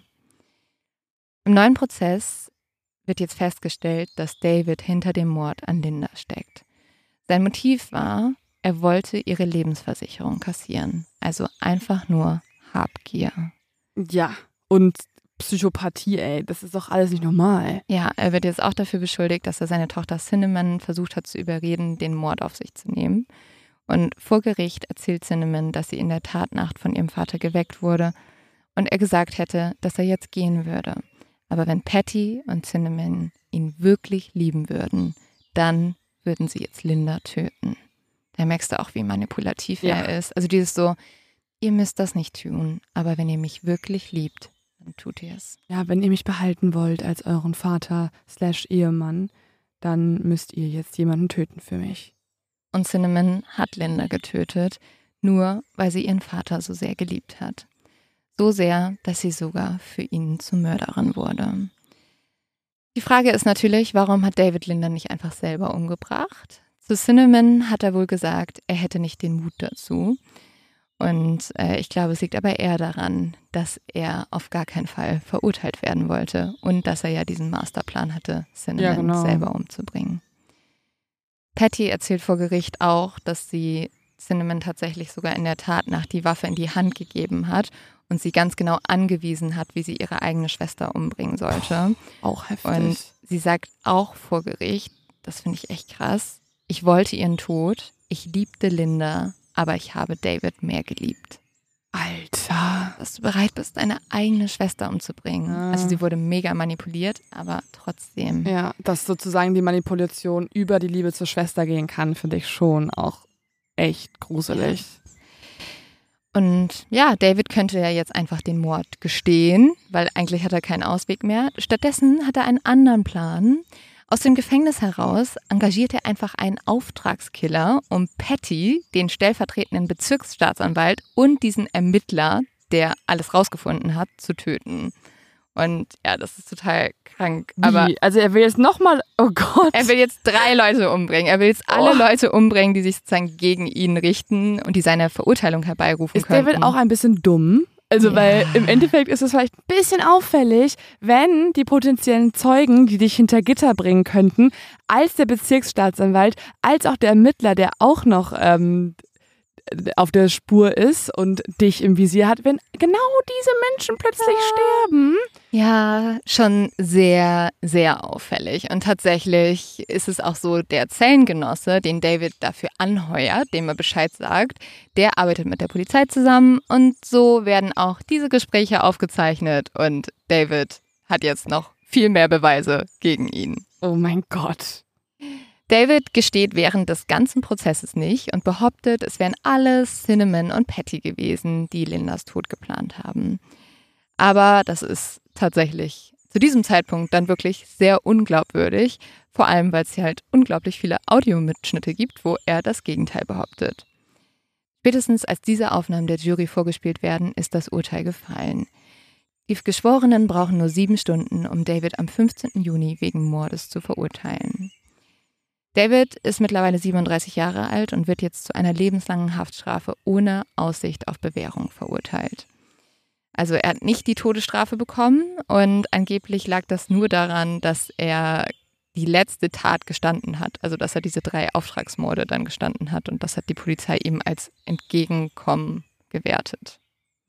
Speaker 1: Im neuen Prozess wird jetzt festgestellt, dass David hinter dem Mord an Linda steckt. Sein Motiv war, er wollte ihre Lebensversicherung kassieren, also einfach nur Habgier.
Speaker 2: Ja, und Psychopathie, ey, das ist doch alles nicht normal.
Speaker 1: Ja, er wird jetzt auch dafür beschuldigt, dass er seine Tochter Cinnamon versucht hat zu überreden, den Mord auf sich zu nehmen. Und vor Gericht erzählt Cinnamon, dass sie in der Tatnacht von ihrem Vater geweckt wurde und er gesagt hätte, dass er jetzt gehen würde. Aber wenn Patty und Cinnamon ihn wirklich lieben würden, dann würden sie jetzt Linda töten. Da merkst du auch, wie manipulativ er ist. Also dieses so, ihr müsst das nicht tun, aber wenn ihr mich wirklich liebt, dann tut ihr es.
Speaker 2: Ja, wenn ihr mich behalten wollt als euren Vater/Ehemann, dann müsst ihr jetzt jemanden töten für mich.
Speaker 1: Und Cinnamon hat Linda getötet, nur weil sie ihren Vater so sehr geliebt hat. So sehr, dass sie sogar für ihn zur Mörderin wurde. Die Frage ist natürlich, warum hat David Linda nicht einfach selber umgebracht? Zu Cinnamon hat er wohl gesagt, er hätte nicht den Mut dazu. Und ich glaube, es liegt aber eher daran, dass er auf gar keinen Fall verurteilt werden wollte und dass er ja diesen Masterplan hatte, Cinnamon selber umzubringen. Patty erzählt vor Gericht auch, dass sie Cinnamon tatsächlich sogar in der Tatnacht die Waffe in die Hand gegeben hat und sie ganz genau angewiesen hat, wie sie ihre eigene Schwester umbringen sollte.
Speaker 2: Auch heftig.
Speaker 1: Und sie sagt auch vor Gericht, das finde ich echt krass, ich wollte ihren Tod, ich liebte Linda, aber ich habe David mehr geliebt.
Speaker 2: Alter.
Speaker 1: Dass du bereit bist, deine eigene Schwester umzubringen.
Speaker 2: Ja.
Speaker 1: Also sie wurde mega manipuliert, aber trotzdem.
Speaker 2: Ja, dass sozusagen die Manipulation über die Liebe zur Schwester gehen kann, finde ich schon auch echt gruselig.
Speaker 1: Und ja, David könnte ja jetzt einfach den Mord gestehen, weil eigentlich hat er keinen Ausweg mehr. Stattdessen hat er einen anderen Plan. Aus dem Gefängnis heraus engagiert er einfach einen Auftragskiller, um Patty, den stellvertretenden Bezirksstaatsanwalt und diesen Ermittler, der alles rausgefunden hat, zu töten. Und ja, das ist total krank.
Speaker 2: Wie?
Speaker 1: Aber
Speaker 2: Also er will jetzt nochmal, oh Gott.
Speaker 1: er will jetzt 3 Leute umbringen. Er will jetzt alle Leute umbringen, die sich sozusagen gegen ihn richten und die seine Verurteilung herbeirufen können.
Speaker 2: Ist David auch ein bisschen dumm? Also, weil im Endeffekt ist es vielleicht ein bisschen auffällig, wenn die potenziellen Zeugen, die dich hinter Gitter bringen könnten, als der Bezirksstaatsanwalt, als auch der Ermittler, der auch noch auf der Spur ist und dich im Visier hat, wenn genau diese Menschen plötzlich sterben.
Speaker 1: Ja, schon sehr, sehr auffällig. Und tatsächlich ist es auch so, der Zellengenosse, den David dafür anheuert, dem er Bescheid sagt, der arbeitet mit der Polizei zusammen und so werden auch diese Gespräche aufgezeichnet und David hat jetzt noch viel mehr Beweise gegen ihn.
Speaker 2: Oh mein Gott.
Speaker 1: David gesteht während des ganzen Prozesses nicht und behauptet, es wären alles Cinnamon und Patty gewesen, die Lindas Tod geplant haben. Aber das ist tatsächlich zu diesem Zeitpunkt dann wirklich sehr unglaubwürdig, vor allem weil es hier halt unglaublich viele Audiomitschnitte gibt, wo er das Gegenteil behauptet. Spätestens als diese Aufnahmen der Jury vorgespielt werden, ist das Urteil gefallen. Die Geschworenen brauchen nur 7 Stunden, um David am 15. Juni wegen Mordes zu verurteilen. David ist mittlerweile 37 Jahre alt und wird jetzt zu einer lebenslangen Haftstrafe ohne Aussicht auf Bewährung verurteilt. Also er hat nicht die Todesstrafe bekommen und angeblich lag das nur daran, dass er die letzte Tat gestanden hat. Also dass er diese 3 Auftragsmorde dann gestanden hat und das hat die Polizei ihm als Entgegenkommen gewertet.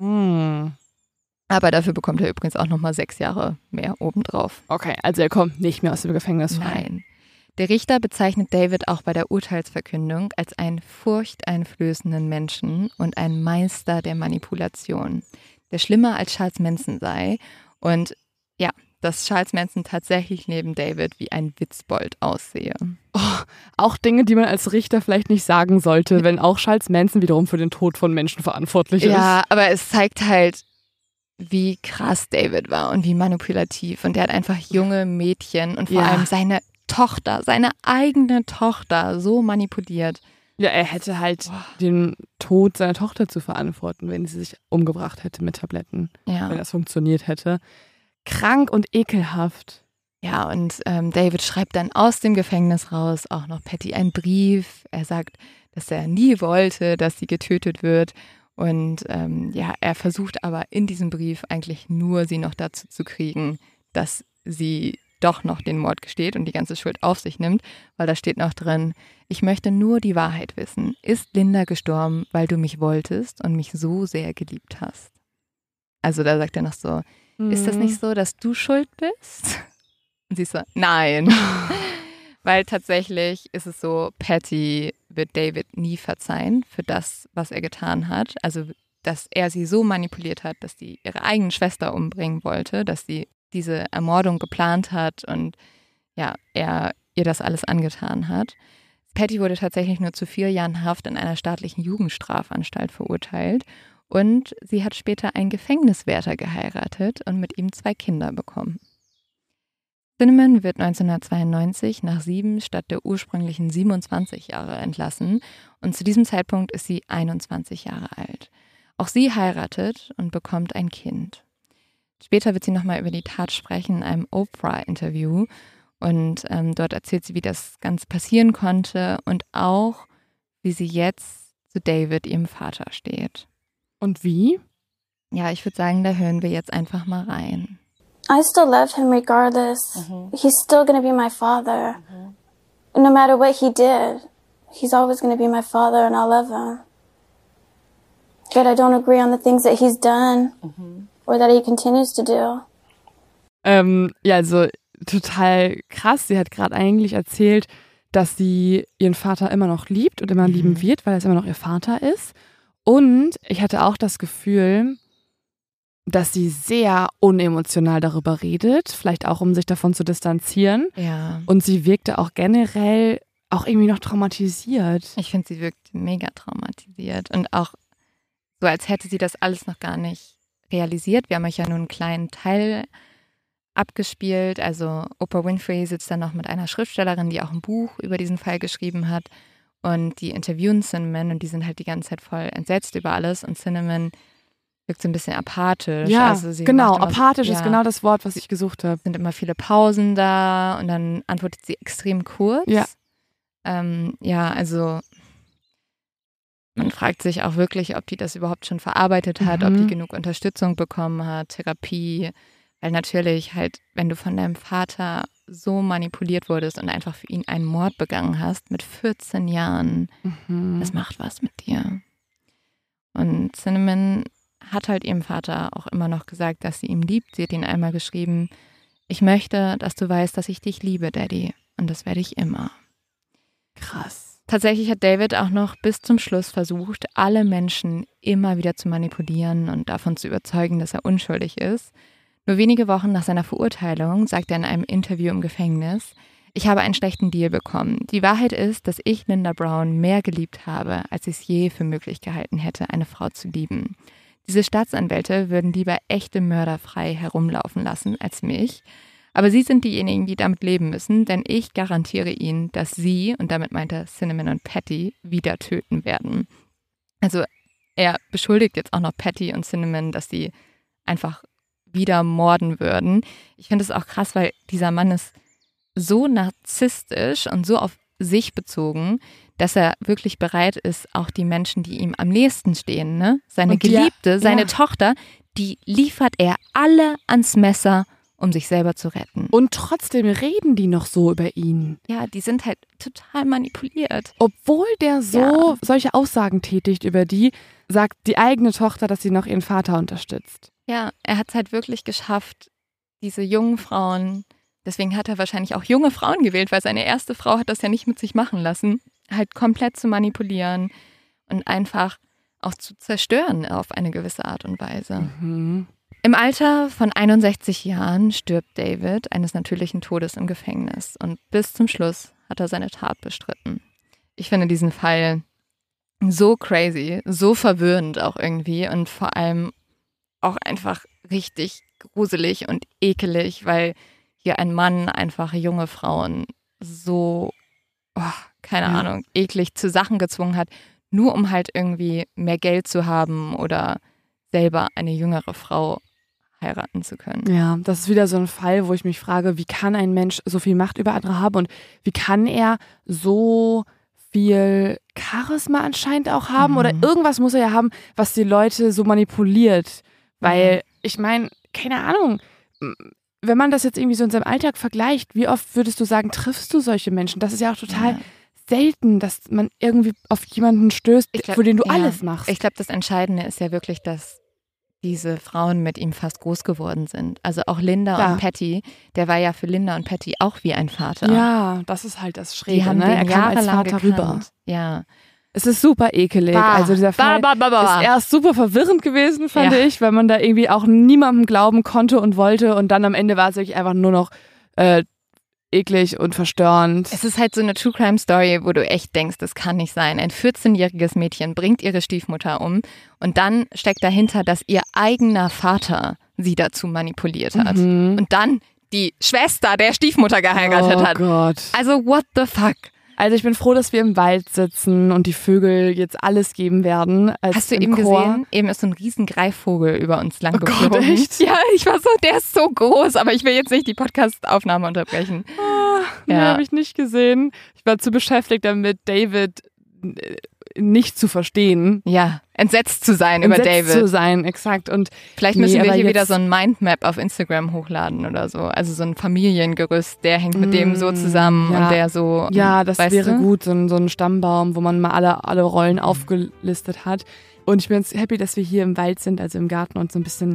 Speaker 1: Aber dafür bekommt er übrigens auch nochmal 6 Jahre mehr obendrauf.
Speaker 2: Okay, also er kommt nicht mehr aus dem Gefängnis frei.
Speaker 1: Nein. Der Richter bezeichnet David auch bei der Urteilsverkündung als einen furchteinflößenden Menschen und einen Meister der Manipulation, der schlimmer als Charles Manson sei. Und ja, dass Charles Manson tatsächlich neben David wie ein Witzbold aussehe.
Speaker 2: Auch Dinge, die man als Richter vielleicht nicht sagen sollte, wenn auch Charles Manson wiederum für den Tod von Menschen verantwortlich ist.
Speaker 1: Ja, aber es zeigt halt, wie krass David war und wie manipulativ. Und der hat einfach junge Mädchen und vor allem seine Tochter, seine eigene Tochter so manipuliert.
Speaker 2: Ja, er hätte halt den Tod seiner Tochter zu verantworten, wenn sie sich umgebracht hätte mit Tabletten.
Speaker 1: Ja.
Speaker 2: Wenn das funktioniert hätte. Krank und ekelhaft.
Speaker 1: Ja, und David schreibt dann aus dem Gefängnis raus auch noch Patty einen Brief. Er sagt, dass er nie wollte, dass sie getötet wird. Und er versucht aber in diesem Brief eigentlich nur, sie noch dazu zu kriegen, dass sie doch noch den Mord gesteht und die ganze Schuld auf sich nimmt, weil da steht noch drin, ich möchte nur die Wahrheit wissen. Ist Linda gestorben, weil du mich wolltest und mich so sehr geliebt hast? Also da sagt er noch so, ist das nicht so, dass du schuld bist? Und sie ist so, nein. Weil tatsächlich ist es so, Patty wird David nie verzeihen für das, was er getan hat. Also, dass er sie so manipuliert hat, dass sie ihre eigene Schwester umbringen wollte, dass sie diese Ermordung geplant hat und ja, er ihr das alles angetan hat. Patty wurde tatsächlich nur zu 4 Jahren Haft in einer staatlichen Jugendstrafanstalt verurteilt und sie hat später einen Gefängniswärter geheiratet und mit ihm 2 Kinder bekommen. Cinnamon wird 1992 nach 7 statt der ursprünglichen 27 Jahre entlassen und zu diesem Zeitpunkt ist sie 21 Jahre alt. Auch sie heiratet und bekommt ein Kind. Später wird sie nochmal über die Tat sprechen in einem Oprah-Interview und dort erzählt sie, wie das Ganze passieren konnte und auch, wie sie jetzt zu David, ihrem Vater, steht.
Speaker 2: Und wie?
Speaker 1: Ja, ich würde sagen, da hören wir jetzt einfach mal rein.
Speaker 3: I still love him regardless. He's still going to be my father. No matter what he did, he's always going to be my father and I'll love him. But I don't agree on the things that he's done or that he continues to do.
Speaker 2: Ja, also total krass. Sie hat gerade eigentlich erzählt, dass sie ihren Vater immer noch liebt und immer lieben wird, weil es immer noch ihr Vater ist. Und ich hatte auch das Gefühl, dass sie sehr unemotional darüber redet, vielleicht auch, um sich davon zu distanzieren.
Speaker 1: Ja.
Speaker 2: Und sie wirkte auch generell auch irgendwie noch traumatisiert.
Speaker 1: Ich finde, sie wirkt mega traumatisiert und auch so, als hätte sie das alles noch gar nicht realisiert. Wir haben euch ja nur einen kleinen Teil abgespielt. Also Oprah Winfrey sitzt dann noch mit einer Schriftstellerin, die auch ein Buch über diesen Fall geschrieben hat. Und die interviewen Cinnamon und die sind halt die ganze Zeit voll entsetzt über alles. Und Cinnamon wirkt so ein bisschen apathisch.
Speaker 2: Ja,
Speaker 1: also sie
Speaker 2: genau,
Speaker 1: macht immer,
Speaker 2: apathisch ist genau das Wort, was ich gesucht habe.
Speaker 1: Es sind immer viele Pausen da und dann antwortet sie extrem kurz.
Speaker 2: Ja.
Speaker 1: Also man fragt sich auch wirklich, ob die das überhaupt schon verarbeitet hat, ob die genug Unterstützung bekommen hat, Therapie. Weil natürlich halt, wenn du von deinem Vater so manipuliert wurdest und einfach für ihn einen Mord begangen hast mit 14 Jahren, das macht was mit dir. Und Cinnamon hat halt ihrem Vater auch immer noch gesagt, dass sie ihn liebt. Sie hat ihn einmal geschrieben, ich möchte, dass du weißt, dass ich dich liebe, Daddy. Und das werde ich immer.
Speaker 2: Krass.
Speaker 1: Tatsächlich hat David auch noch bis zum Schluss versucht, alle Menschen immer wieder zu manipulieren und davon zu überzeugen, dass er unschuldig ist. Nur wenige Wochen nach seiner Verurteilung sagt er in einem Interview im Gefängnis, ich habe einen schlechten Deal bekommen. Die Wahrheit ist, dass ich Linda Brown mehr geliebt habe, als ich es je für möglich gehalten hätte, eine Frau zu lieben. Diese Staatsanwälte würden lieber echte Mörder frei herumlaufen lassen als mich. Aber sie sind diejenigen, die damit leben müssen, denn ich garantiere ihnen, dass sie, und damit meint er Cinnamon und Patty, wieder töten werden. Also er beschuldigt jetzt auch noch Patty und Cinnamon, dass sie einfach wieder morden würden. Ich finde es auch krass, weil dieser Mann ist so narzisstisch und so auf sich bezogen, dass er wirklich bereit ist, auch die Menschen, die ihm am nächsten stehen, ne? Seine Geliebte, seine Tochter, die liefert er alle ans Messer um sich selber zu retten.
Speaker 2: Und trotzdem reden die noch so über ihn.
Speaker 1: Ja, die sind halt total manipuliert.
Speaker 2: Obwohl der so solche Aussagen tätigt über die, sagt die eigene Tochter, dass sie noch ihren Vater unterstützt.
Speaker 1: Ja, er hat es halt wirklich geschafft, diese jungen Frauen, deswegen hat er wahrscheinlich auch junge Frauen gewählt, weil seine erste Frau hat das ja nicht mit sich machen lassen, halt komplett zu manipulieren und einfach auch zu zerstören auf eine gewisse Art und Weise.
Speaker 2: Mhm.
Speaker 1: Im Alter von 61 Jahren stirbt David eines natürlichen Todes im Gefängnis und bis zum Schluss hat er seine Tat bestritten. Ich finde diesen Fall so crazy, so verwirrend auch irgendwie und vor allem auch einfach richtig gruselig und ekelig, weil hier ein Mann einfach junge Frauen so, keine Ahnung, eklig zu Sachen gezwungen hat, nur um halt irgendwie mehr Geld zu haben oder selber eine jüngere Frau heiraten zu können.
Speaker 2: Ja, das ist wieder so ein Fall, wo ich mich frage, wie kann ein Mensch so viel Macht über andere haben und wie kann er so viel Charisma anscheinend auch haben oder irgendwas muss er ja haben, was die Leute so manipuliert, weil ich meine, keine Ahnung, wenn man das jetzt irgendwie so in seinem Alltag vergleicht, wie oft würdest du sagen, triffst du solche Menschen? Das ist ja auch total selten, dass man irgendwie auf jemanden stößt, für den du alles machst.
Speaker 1: Ich glaube, das Entscheidende ist ja wirklich, dass diese Frauen mit ihm fast groß geworden sind. Also auch Linda und Patty, der war ja für Linda und Patty auch wie ein Vater.
Speaker 2: Ja, das ist halt das Schräge,
Speaker 1: die haben
Speaker 2: ne?
Speaker 1: den
Speaker 2: Er kam als
Speaker 1: jahrelang
Speaker 2: Vater
Speaker 1: gekannt.
Speaker 2: rüber.
Speaker 1: Ja.
Speaker 2: Es ist super ekelig. Also dieser Fall ist erst super verwirrend gewesen, fand ich, weil man da irgendwie auch niemandem glauben konnte und wollte und dann am Ende war es wirklich einfach nur noch eklig und verstörend.
Speaker 1: Es ist halt so eine True-Crime-Story, wo du echt denkst, das kann nicht sein. Ein 14-jähriges Mädchen bringt ihre Stiefmutter um und dann steckt dahinter, dass ihr eigener Vater sie dazu manipuliert hat. Und dann die Schwester der Stiefmutter geheiratet hat.
Speaker 2: Oh Gott.
Speaker 1: Also what the fuck?
Speaker 2: Also ich bin froh, dass wir im Wald sitzen und die Vögel jetzt alles geben werden.
Speaker 1: Hast du eben gesehen? Eben ist so ein riesen Greifvogel über uns lang geflogen.
Speaker 2: Gott, echt?
Speaker 1: Ja, ich war so, der ist so groß, aber ich will jetzt nicht die Podcast-Aufnahme unterbrechen.
Speaker 2: Nee, habe ich nicht gesehen. Ich war zu beschäftigt damit, David nicht zu verstehen.
Speaker 1: Ja, entsetzt zu sein über David.
Speaker 2: Entsetzt zu sein, exakt. Und
Speaker 1: vielleicht müssen wir hier wieder so ein Mindmap auf Instagram hochladen oder so. Also so ein Familiengerüst, der hängt mit dem so zusammen und der so.
Speaker 2: Ja, das wäre gut, so ein Stammbaum, wo man mal alle Rollen aufgelistet hat. Und ich bin jetzt happy, dass wir hier im Wald sind, also im Garten und so ein bisschen,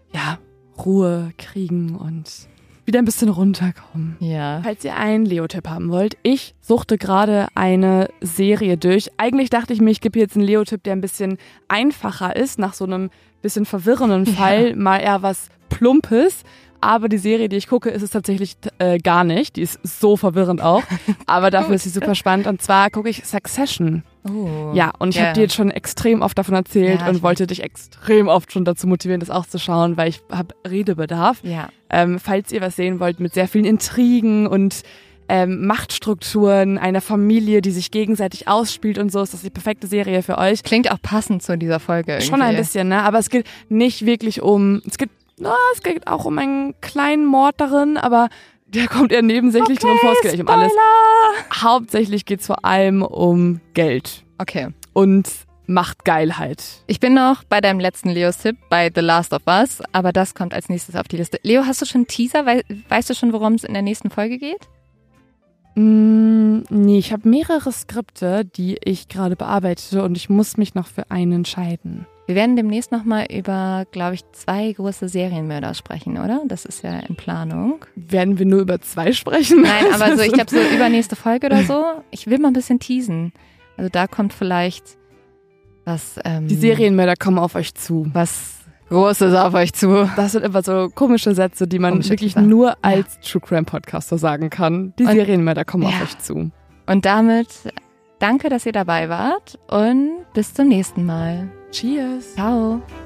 Speaker 2: Ruhe kriegen und wieder ein bisschen runterkommen.
Speaker 1: Ja.
Speaker 2: Falls ihr einen Leo-Tipp haben wollt, ich suchte gerade eine Serie durch. Eigentlich dachte ich mir, ich gebe jetzt einen Leo-Tipp, der ein bisschen einfacher ist, nach so einem bisschen verwirrenden Fall, mal eher was Plumpes. Aber die Serie, die ich gucke, ist es tatsächlich gar nicht. Die ist so verwirrend auch. Aber dafür ist sie super spannend. Und zwar gucke ich Succession.
Speaker 1: Oh.
Speaker 2: Ja, und ich habe dir jetzt schon extrem oft davon erzählt und wollte dich extrem oft schon dazu motivieren, das auch zu schauen, weil ich habe Redebedarf.
Speaker 1: Ja.
Speaker 2: Falls ihr was sehen wollt mit sehr vielen Intrigen und Machtstrukturen einer Familie, die sich gegenseitig ausspielt und so, ist das die perfekte Serie für euch.
Speaker 1: Klingt auch passend zu dieser Folge irgendwie.
Speaker 2: Schon ein bisschen, ne? Aber es geht nicht wirklich es geht auch um einen kleinen Mord darin, aber der kommt eher nebensächlich drin vor. Es geht nicht um alles. Hauptsächlich geht es vor allem um Geld.
Speaker 1: Okay.
Speaker 2: Und Machtgeilheit.
Speaker 1: Ich bin noch bei deinem letzten Leos-Tipp, bei The Last of Us, aber das kommt als nächstes auf die Liste. Leo, hast du schon einen Teaser? Weißt du schon, worum es in der nächsten Folge geht?
Speaker 2: Nee, ich habe mehrere Skripte, die ich gerade bearbeite und ich muss mich noch für einen entscheiden.
Speaker 1: Wir werden demnächst nochmal über, glaube ich, 2 große Serienmörder sprechen, oder? Das ist ja in Planung.
Speaker 2: Werden wir nur über 2 sprechen?
Speaker 1: Nein, aber so, ich glaube so übernächste Folge oder so. Ich will mal ein bisschen teasen. Also da kommt vielleicht was...
Speaker 2: die Serienmörder kommen auf euch zu.
Speaker 1: Was Großes auf euch zu.
Speaker 2: Das sind immer so komische Sätze, die man wirklich nur als True Crime Podcaster sagen kann. Die Serienmörder kommen auf euch zu.
Speaker 1: Und damit danke, dass ihr dabei wart und bis zum nächsten Mal.
Speaker 2: Cheers.
Speaker 1: Ciao.